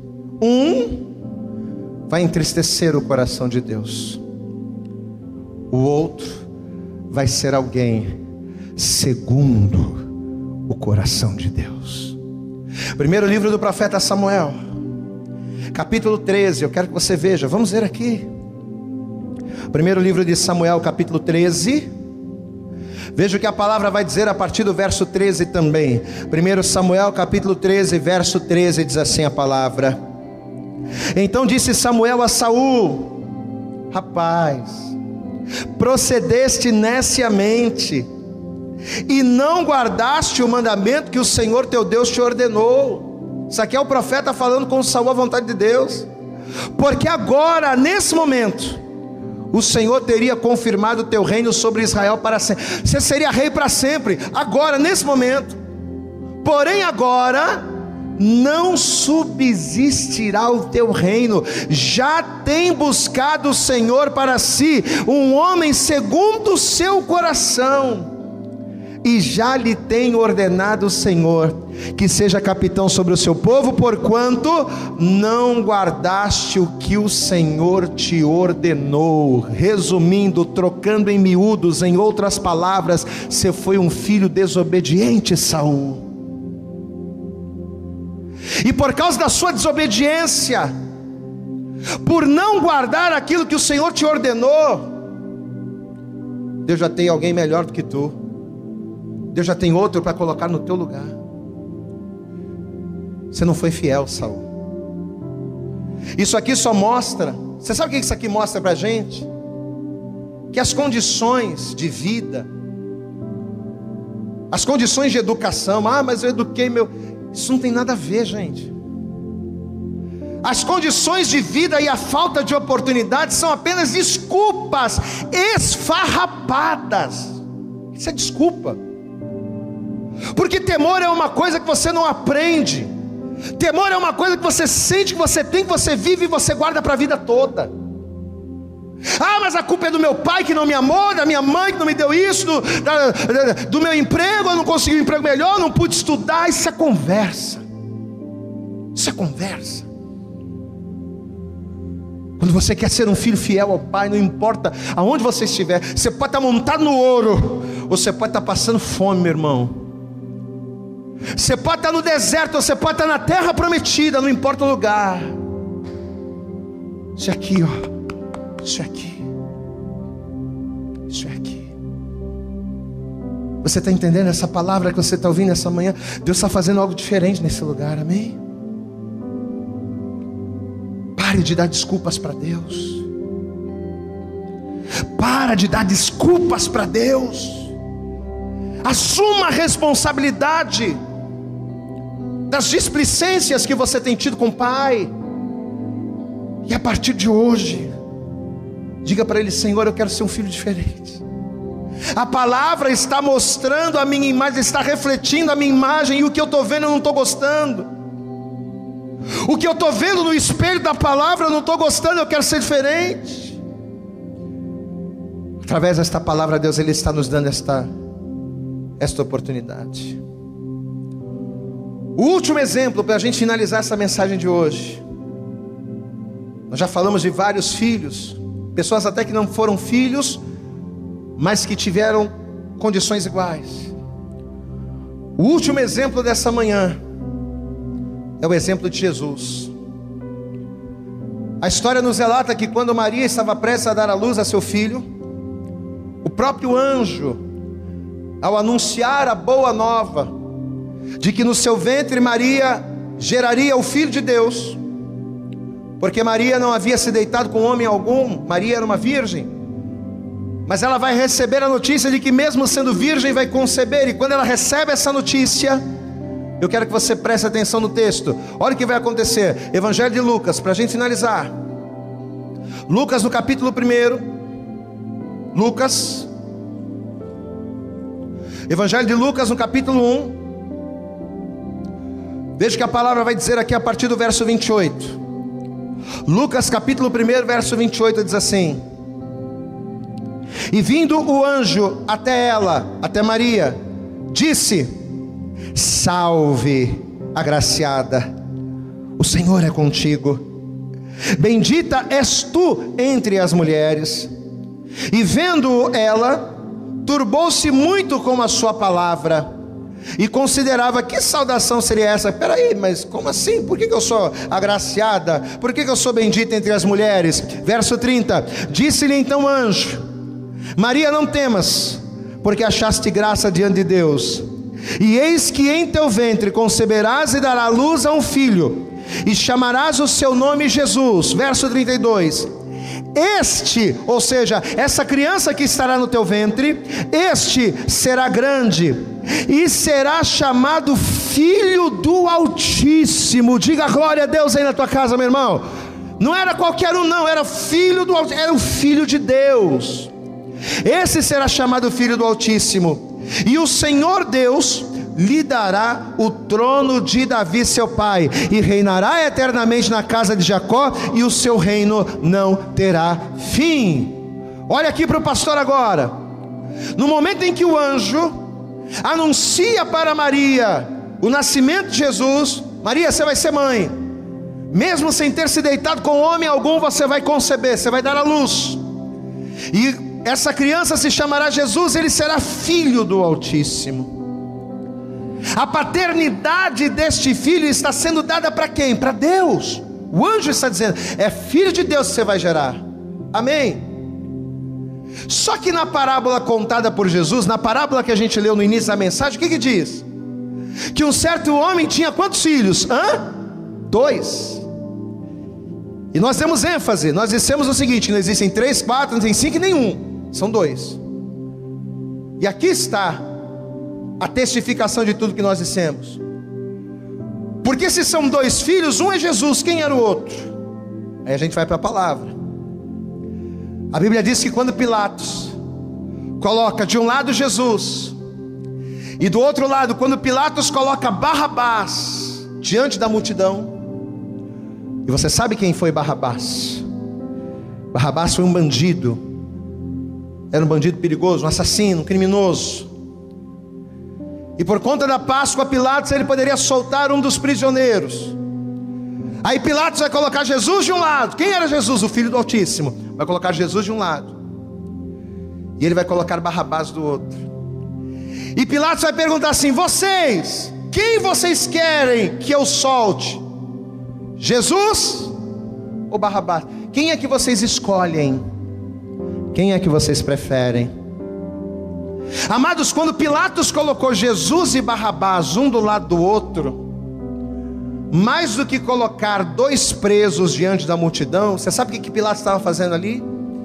Speaker 2: um vai entristecer o coração de Deus. O outro vai ser alguém segundo o coração de Deus. Primeiro livro do profeta Samuel, capítulo treze, eu quero que você veja, vamos ver aqui. Primeiro livro de Samuel, capítulo treze. Veja o que a palavra vai dizer a partir do verso treze também. Primeiro Samuel, capítulo treze, verso treze, diz assim a palavra: Então disse Samuel a Saul: Rapaz, procedeste neciamente e não guardaste o mandamento que o Senhor teu Deus te ordenou. Isso aqui é o profeta falando com Saul a vontade de Deus. Porque agora, nesse momento, o Senhor teria confirmado o teu reino sobre Israel para sempre. Você seria rei para sempre, agora, nesse momento. Porém agora não subsistirá o teu reino. Já tem buscado o Senhor para si um homem segundo o seu coração, e já lhe tem ordenado o Senhor que seja capitão sobre o seu povo, porquanto não guardaste o que o Senhor te ordenou. Resumindo, trocando em miúdos, em outras palavras, você foi um filho desobediente, Saul. E por causa da sua desobediência, por não guardar aquilo que o Senhor te ordenou, Deus já tem alguém melhor do que tu. Deus já tem outro para colocar no teu lugar. Você não foi fiel, Saul. Isso aqui só mostra, você sabe o que isso aqui mostra para a gente? Que as condições de vida, as condições de educação, ah, mas eu eduquei meu... Isso não tem nada a ver, gente. As condições de vida e a falta de oportunidade são apenas desculpas esfarrapadas. Isso é desculpa. Porque temor é uma coisa que você não aprende. Temor é uma coisa que você sente, que você tem, que você vive e você guarda para a vida toda. Ah, mas a culpa é do meu pai que não me amou, da minha mãe que não me deu isso, do, da, do meu emprego, eu não consegui um emprego melhor, não pude estudar. Isso é conversa. Isso é conversa. Quando você quer ser um filho fiel ao pai, não importa aonde você estiver, você pode estar montado no ouro, ou você pode estar passando fome, meu irmão. Você pode estar no deserto, ou você pode estar na terra prometida, não importa o lugar. Isso é aqui, ó. Isso é aqui. Isso é aqui. Você está entendendo essa palavra que você está ouvindo essa manhã? Deus está fazendo algo diferente nesse lugar, amém? Pare de dar desculpas para Deus. Para de dar desculpas para Deus. Assuma a responsabilidade das displicências que você tem tido com o pai. E a partir de hoje, diga para ele: Senhor, eu quero ser um filho diferente. A palavra está mostrando a minha imagem, está refletindo a minha imagem, e o que eu estou vendo eu não estou gostando. O que eu estou vendo no espelho da palavra eu não estou gostando, eu quero ser diferente. Através desta palavra, Deus, Ele está nos dando esta, esta oportunidade. O último exemplo para a gente finalizar essa mensagem de hoje. Nós já falamos de vários filhos, pessoas até que não foram filhos, mas que tiveram condições iguais. O último exemplo dessa manhã é o exemplo de Jesus. A história nos relata que quando Maria estava prestes a dar à luz a seu filho, o próprio anjo, ao anunciar a boa nova de que no seu ventre Maria geraria o Filho de Deus, porque Maria não havia se deitado com homem algum, Maria era uma virgem, mas ela vai receber a notícia de que mesmo sendo virgem vai conceber. E quando ela recebe essa notícia, eu quero que você preste atenção no texto. Olha o que vai acontecer. Evangelho de Lucas, para a gente finalizar. Lucas no capítulo primeiro. Lucas Evangelho de Lucas no capítulo um. Veja que a palavra vai dizer aqui a partir do verso vinte e oito. Lucas capítulo um, verso vinte e oito diz assim: e vindo o anjo até ela, até Maria, disse: salve, agraciada, o Senhor é contigo, bendita és tu entre as mulheres. E vendo ela, turbou-se muito com a sua palavra, e considerava: que saudação seria essa? Peraí, mas como assim? Por que, que eu sou agraciada? Por que, que eu sou bendita entre as mulheres? Verso trinta, disse-lhe então o anjo: Maria, não temas, porque achaste graça diante de Deus, e eis que em teu ventre conceberás e darás luz a um filho, e chamarás o seu nome Jesus. Verso trinta e dois, este, ou seja, essa criança que estará no teu ventre, este será grande, e será chamado Filho do Altíssimo. Diga glória a Deus aí na tua casa, meu irmão. Não era qualquer um não, era filho do Altíssimo, era o Filho de Deus. Esse será chamado Filho do Altíssimo, e o Senhor Deus lhe dará o trono de Davi seu pai, e reinará eternamente na casa de Jacó, e o seu reino não terá fim. Olha aqui para o pastor agora. No momento em que o anjo anuncia para Maria o nascimento de Jesus: Maria, você vai ser mãe, mesmo sem ter se deitado com homem algum, você vai conceber, você vai dar à luz, e essa criança se chamará Jesus, ele será Filho do Altíssimo. A paternidade deste filho está sendo dada para quem? Para Deus. O anjo está dizendo: é filho de Deus que você vai gerar. Amém? Só que na parábola contada por Jesus, na parábola que a gente leu no início da mensagem, o que que diz? Que um certo homem tinha quantos filhos? Hã? Dois. E nós temos ênfase, nós dissemos o seguinte: não existem três, quatro, não tem cinco e nenhum, são dois. E aqui está a testificação de tudo que nós dissemos. Porque se são dois filhos, um é Jesus, quem era o outro? Aí a gente vai para a palavra. A Bíblia diz que quando Pilatos coloca de um lado Jesus, e do outro lado, quando Pilatos coloca Barrabás diante da multidão, e você sabe quem foi Barrabás? Barrabás foi um bandido, era um bandido perigoso, um assassino, um criminoso. E por conta da Páscoa, Pilatos, ele poderia soltar um dos prisioneiros. Aí Pilatos vai colocar Jesus de um lado. Quem era Jesus? O Filho do Altíssimo. Vai colocar Jesus de um lado, e ele vai colocar Barrabás do outro. E Pilatos vai perguntar assim: vocês, quem vocês querem que eu solte? Jesus ou Barrabás? Quem é que vocês escolhem? Quem é que vocês preferem? Amados, quando Pilatos colocou Jesus e Barrabás um do lado do outro, mais do que colocar dois presos diante da multidão, você sabe o que Pilatos estava fazendo ali?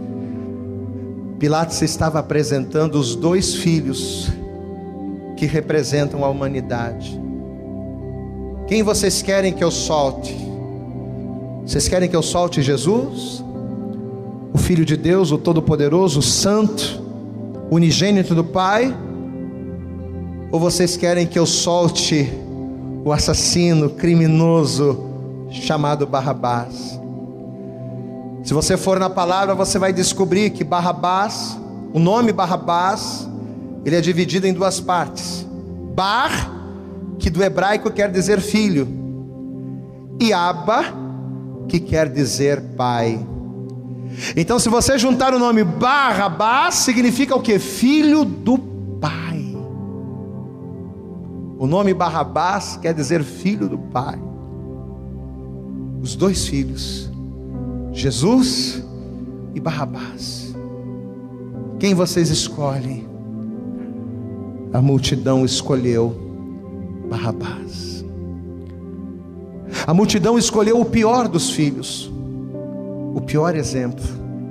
Speaker 2: Pilatos estava apresentando os dois filhos que representam a humanidade. Quem vocês querem que eu solte? Vocês querem que eu solte Jesus, o Filho de Deus, o Todo-Poderoso, o Santo, unigênito do Pai? Ou vocês querem que eu solte o assassino, criminoso, chamado Barrabás? Se você for na palavra, você vai descobrir que Barrabás, o nome Barrabás, ele é dividido em duas partes. Bar, que do hebraico quer dizer filho, e Abba, que quer dizer pai. Então, se você juntar o nome Barrabás, significa o que? Filho do Pai. O nome Barrabás quer dizer filho do Pai. os dois filhos, Jesus e Barrabás. Quem vocês escolhem? A multidão escolheu Barrabás. A multidão escolheu o pior dos filhos, o pior exemplo.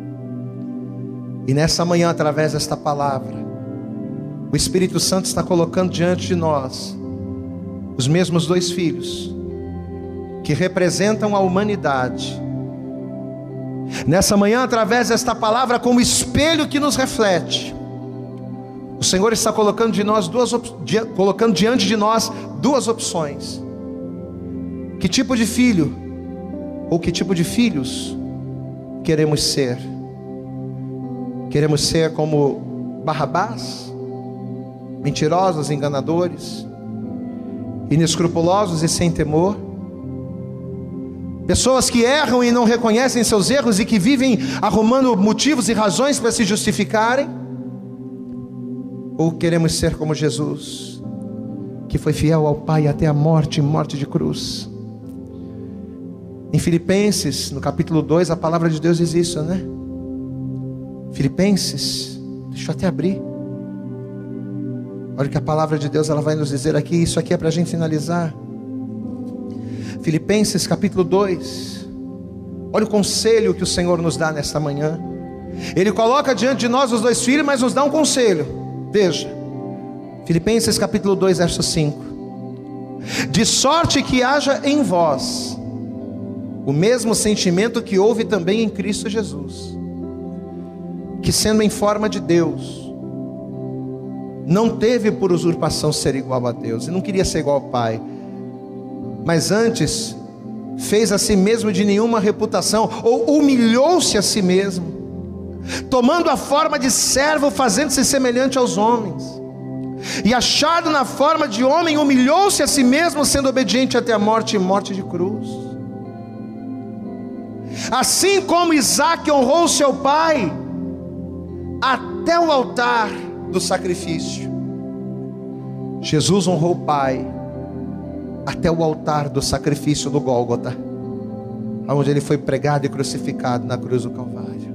Speaker 2: E nessa manhã, através desta palavra, o Espírito Santo está colocando diante de nós os mesmos dois filhos que representam a humanidade. Nessa manhã, através desta palavra, como espelho que nos reflete, o Senhor está colocando, de nós duas, colocando diante de nós duas opções. Que tipo de filho ou que tipo de filhos queremos ser? Queremos ser como Barrabás, mentirosos, enganadores, inescrupulosos e sem temor? Pessoas que erram e não reconhecem seus erros e que vivem arrumando motivos e razões para se justificarem? Ou queremos ser como Jesus, que foi fiel ao Pai até a morte, morte de cruz? Em Filipenses, no capítulo dois, a palavra de Deus diz isso, né? Filipenses, deixa eu até abrir. Olha o que a palavra de Deus ela vai nos dizer aqui. Isso aqui é para a gente finalizar. Filipenses capítulo dois. Olha o conselho que o Senhor nos dá nesta manhã. Ele coloca diante de nós os dois filhos, mas nos dá um conselho. Veja, Filipenses capítulo dois, verso cinco. De sorte que haja em vós o mesmo sentimento que houve também em Cristo Jesus, que sendo em forma de Deus, não teve por usurpação ser igual a Deus, e não queria ser igual ao Pai, mas antes fez a si mesmo de nenhuma reputação, ou humilhou-se a si mesmo, tomando a forma de servo, fazendo-se semelhante aos homens, e achado na forma de homem, humilhou-se a si mesmo, sendo obediente até a morte e morte de cruz. Assim como Isaque honrou seu pai até o altar do sacrifício, Jesus honrou o Pai até o altar do sacrifício do Gólgota, onde ele foi pregado e crucificado na cruz do Calvário.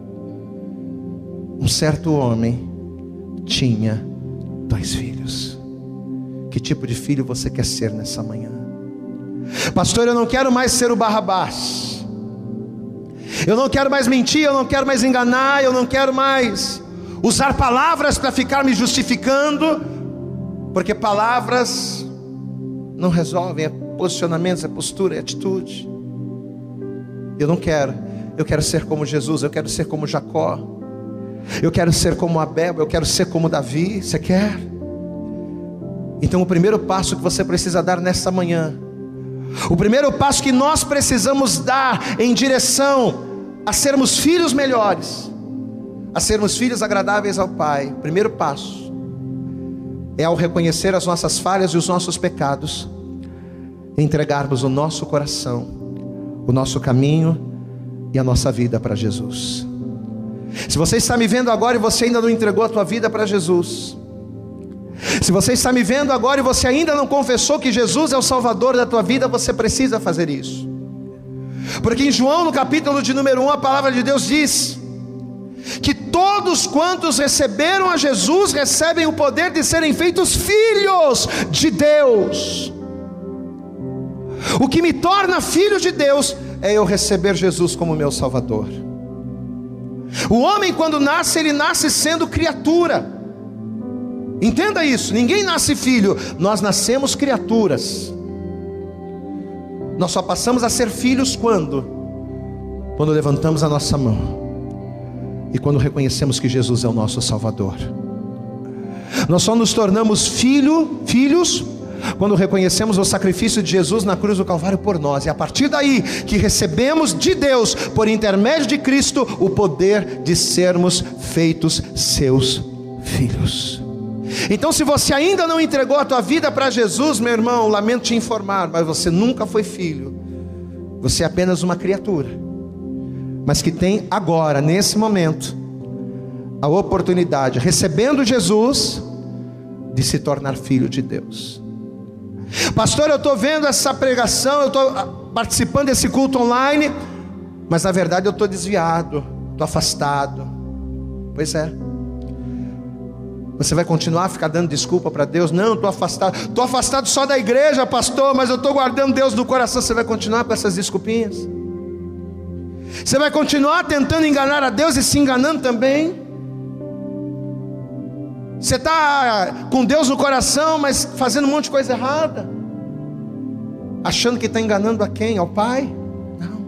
Speaker 2: Um certo homem tinha dois filhos. Que tipo de filho você quer ser nessa manhã? Pastor, eu não quero mais ser o Barrabás, eu não quero mais mentir, eu não quero mais enganar, eu não quero mais usar palavras para ficar me justificando, porque palavras não resolvem, é posicionamentos, é postura, é atitude. Eu não quero, eu quero ser como Jesus, eu quero ser como Jacó, eu quero ser como Abel, eu quero ser como Davi. Você quer? Então o primeiro passo que você precisa dar nessa manhã, o primeiro passo que nós precisamos dar em direção a sermos filhos melhores, a sermos filhos agradáveis ao Pai, o primeiro passo é ao reconhecer as nossas falhas e os nossos pecados, entregarmos o nosso coração, o nosso caminho e a nossa vida para Jesus. Se você está me vendo agora e você ainda não entregou a tua vida para Jesus, se você está me vendo agora e você ainda não confessou que Jesus é o Salvador da tua vida, você precisa fazer isso. Porque em João, no capítulo de número um, a palavra de Deus diz que todos quantos receberam a Jesus, recebem o poder de serem feitos filhos de Deus. O que me torna filho de Deus é eu receber Jesus como meu Salvador. O homem, quando nasce, ele nasce sendo criatura. Entenda isso, ninguém nasce filho, nós nascemos criaturas. Nós só passamos a ser filhos quando? Quando levantamos a nossa mão e quando reconhecemos que Jesus é o nosso Salvador. Nós só nos tornamos filho, filhos quando reconhecemos o sacrifício de Jesus na cruz do Calvário por nós. E a partir daí que recebemos de Deus, por intermédio de Cristo, o poder de sermos feitos seus filhos. Então, se você ainda não entregou a tua vida para Jesus, meu irmão, lamento te informar, mas você nunca foi filho. Você é apenas uma criatura, mas que tem agora, nesse momento, a oportunidade, recebendo Jesus, de se tornar filho de Deus. Pastor, eu estou vendo essa pregação, eu estou participando desse culto online, mas na verdade eu estou desviado, estou afastado. Pois é. Você vai continuar a ficar dando desculpa para Deus? Não, estou afastado. Estou afastado só da igreja, pastor, mas eu estou guardando Deus no coração. Você vai continuar com essas desculpinhas? Você vai continuar tentando enganar a Deus e se enganando também? Você está com Deus no coração, mas fazendo um monte de coisa errada, achando que está enganando a quem? Ao Pai? Não.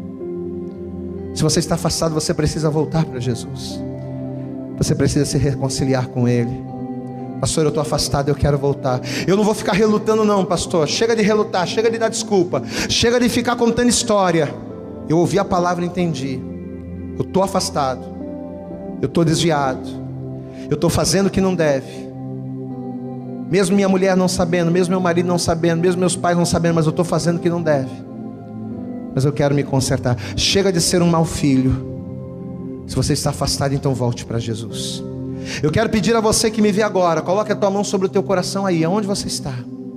Speaker 2: Se você está afastado, você precisa voltar para Jesus. Você precisa se reconciliar com Ele. Pastor, eu estou afastado, eu quero voltar. Eu não vou ficar relutando não, pastor. Chega de relutar, chega de dar desculpa, chega de ficar contando história. Eu ouvi a palavra e entendi. Eu estou afastado, eu estou desviado, eu estou fazendo o que não deve. Mesmo minha mulher não sabendo, mesmo meu marido não sabendo, mesmo meus pais não sabendo, mas eu estou fazendo o que não deve. Mas eu quero me consertar. Chega de ser um mau filho. Se você está afastado, então volte para Jesus. Eu quero pedir a você que me vê agora, coloque a tua mão sobre o teu coração aí, aonde você está.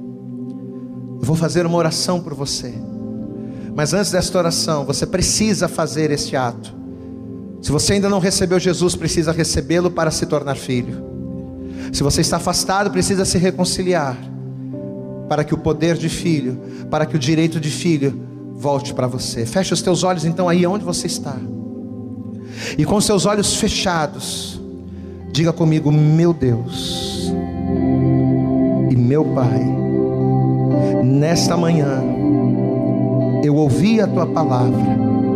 Speaker 2: Eu vou fazer uma oração por você. Mas antes desta oração, você precisa fazer este ato. Se você ainda não recebeu Jesus, precisa recebê-lo para se tornar filho. Se você está afastado, precisa se reconciliar, para que o poder de filho, para que o direito de filho volte para você. Feche os teus olhos então aí onde você está. E com seus olhos fechados, diga comigo: meu Deus e meu Pai, nesta manhã eu ouvi a tua palavra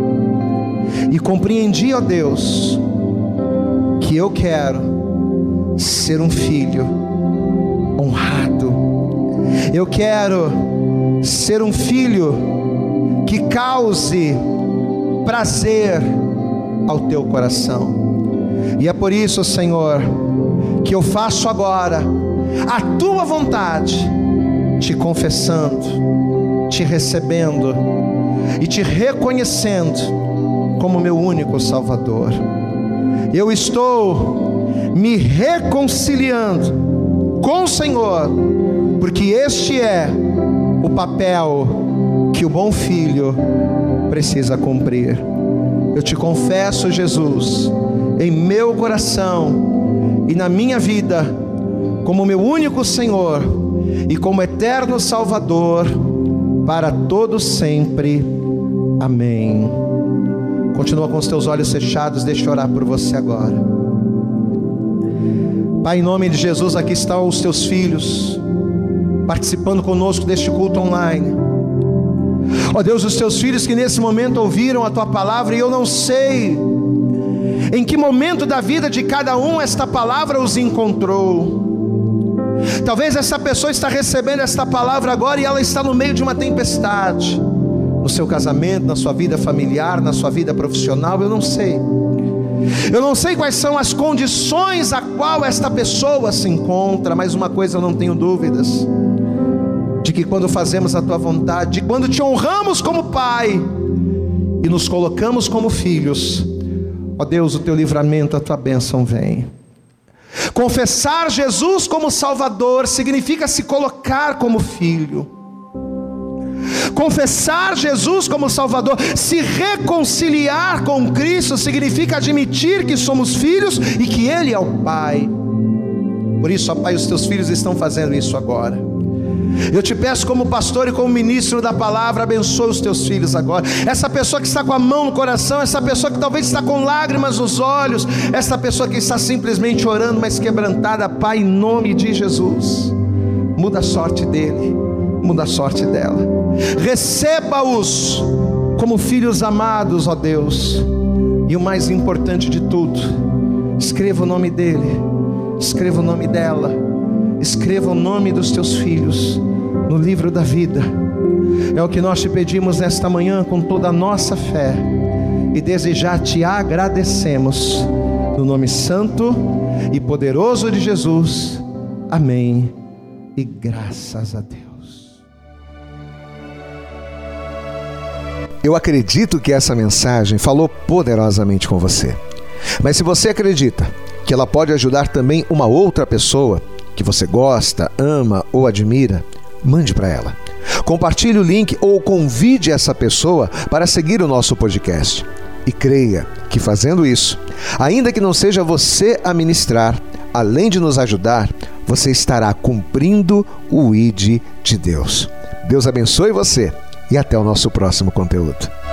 Speaker 2: e compreendi, ó Deus, que eu quero ser um filho honrado. Eu quero ser um filho que cause prazer ao teu coração. E é por isso, Senhor, que eu faço agora a tua vontade, te confessando, te recebendo e te reconhecendo como meu único Salvador. Eu estou me reconciliando com o Senhor, porque este é o papel que o bom filho precisa cumprir. Eu te confesso, Jesus, em meu coração e na minha vida, como meu único Senhor e como eterno Salvador, para todo sempre. Amém. Continua com os teus olhos fechados, deixa eu orar por você agora. Pai, em nome de Jesus, aqui estão os teus filhos, participando conosco deste culto online. Ó Deus, os teus filhos que nesse momento ouviram a tua palavra, e eu não sei em que momento da vida de cada um esta palavra os encontrou. Talvez essa pessoa está recebendo esta palavra agora e ela está no meio de uma tempestade, no seu casamento, na sua vida familiar, na sua vida profissional. Eu não sei Eu não sei quais são as condições a qual esta pessoa se encontra, mas uma coisa eu não tenho dúvidas: de que quando fazemos a tua vontade, de quando te honramos como Pai e nos colocamos como filhos, ó Deus, o teu livramento, a tua bênção vem. Confessar Jesus como Salvador significa se colocar como filho. Confessar Jesus como Salvador, se reconciliar com Cristo, significa admitir que somos filhos e que Ele é o Pai. Por isso, ó Pai, os teus filhos estão fazendo isso agora. Eu te peço, como pastor e como ministro da palavra, abençoe os teus filhos agora. Essa pessoa que está com a mão no coração, essa pessoa que talvez está com lágrimas nos olhos, essa pessoa que está simplesmente orando, mas quebrantada, Pai, em nome de Jesus, muda a sorte dele, muda a sorte dela. Receba-os como filhos amados, ó Deus. E o mais importante de tudo, escreva o nome dele, escreva o nome dela, escreva o nome dos teus filhos no livro da vida. É o que nós te pedimos nesta manhã com toda a nossa fé, e desde já te agradecemos, no nome santo e poderoso de Jesus. Amém e graças a Deus.
Speaker 3: Eu acredito que essa mensagem falou poderosamente com você. Mas se você acredita que ela pode ajudar também uma outra pessoa que você gosta, ama ou admira, mande para ela. Compartilhe o link ou convide essa pessoa para seguir o nosso podcast. E creia que fazendo isso, ainda que não seja você a ministrar, além de nos ajudar, você estará cumprindo o I D de Deus. Deus abençoe você e até o nosso próximo conteúdo.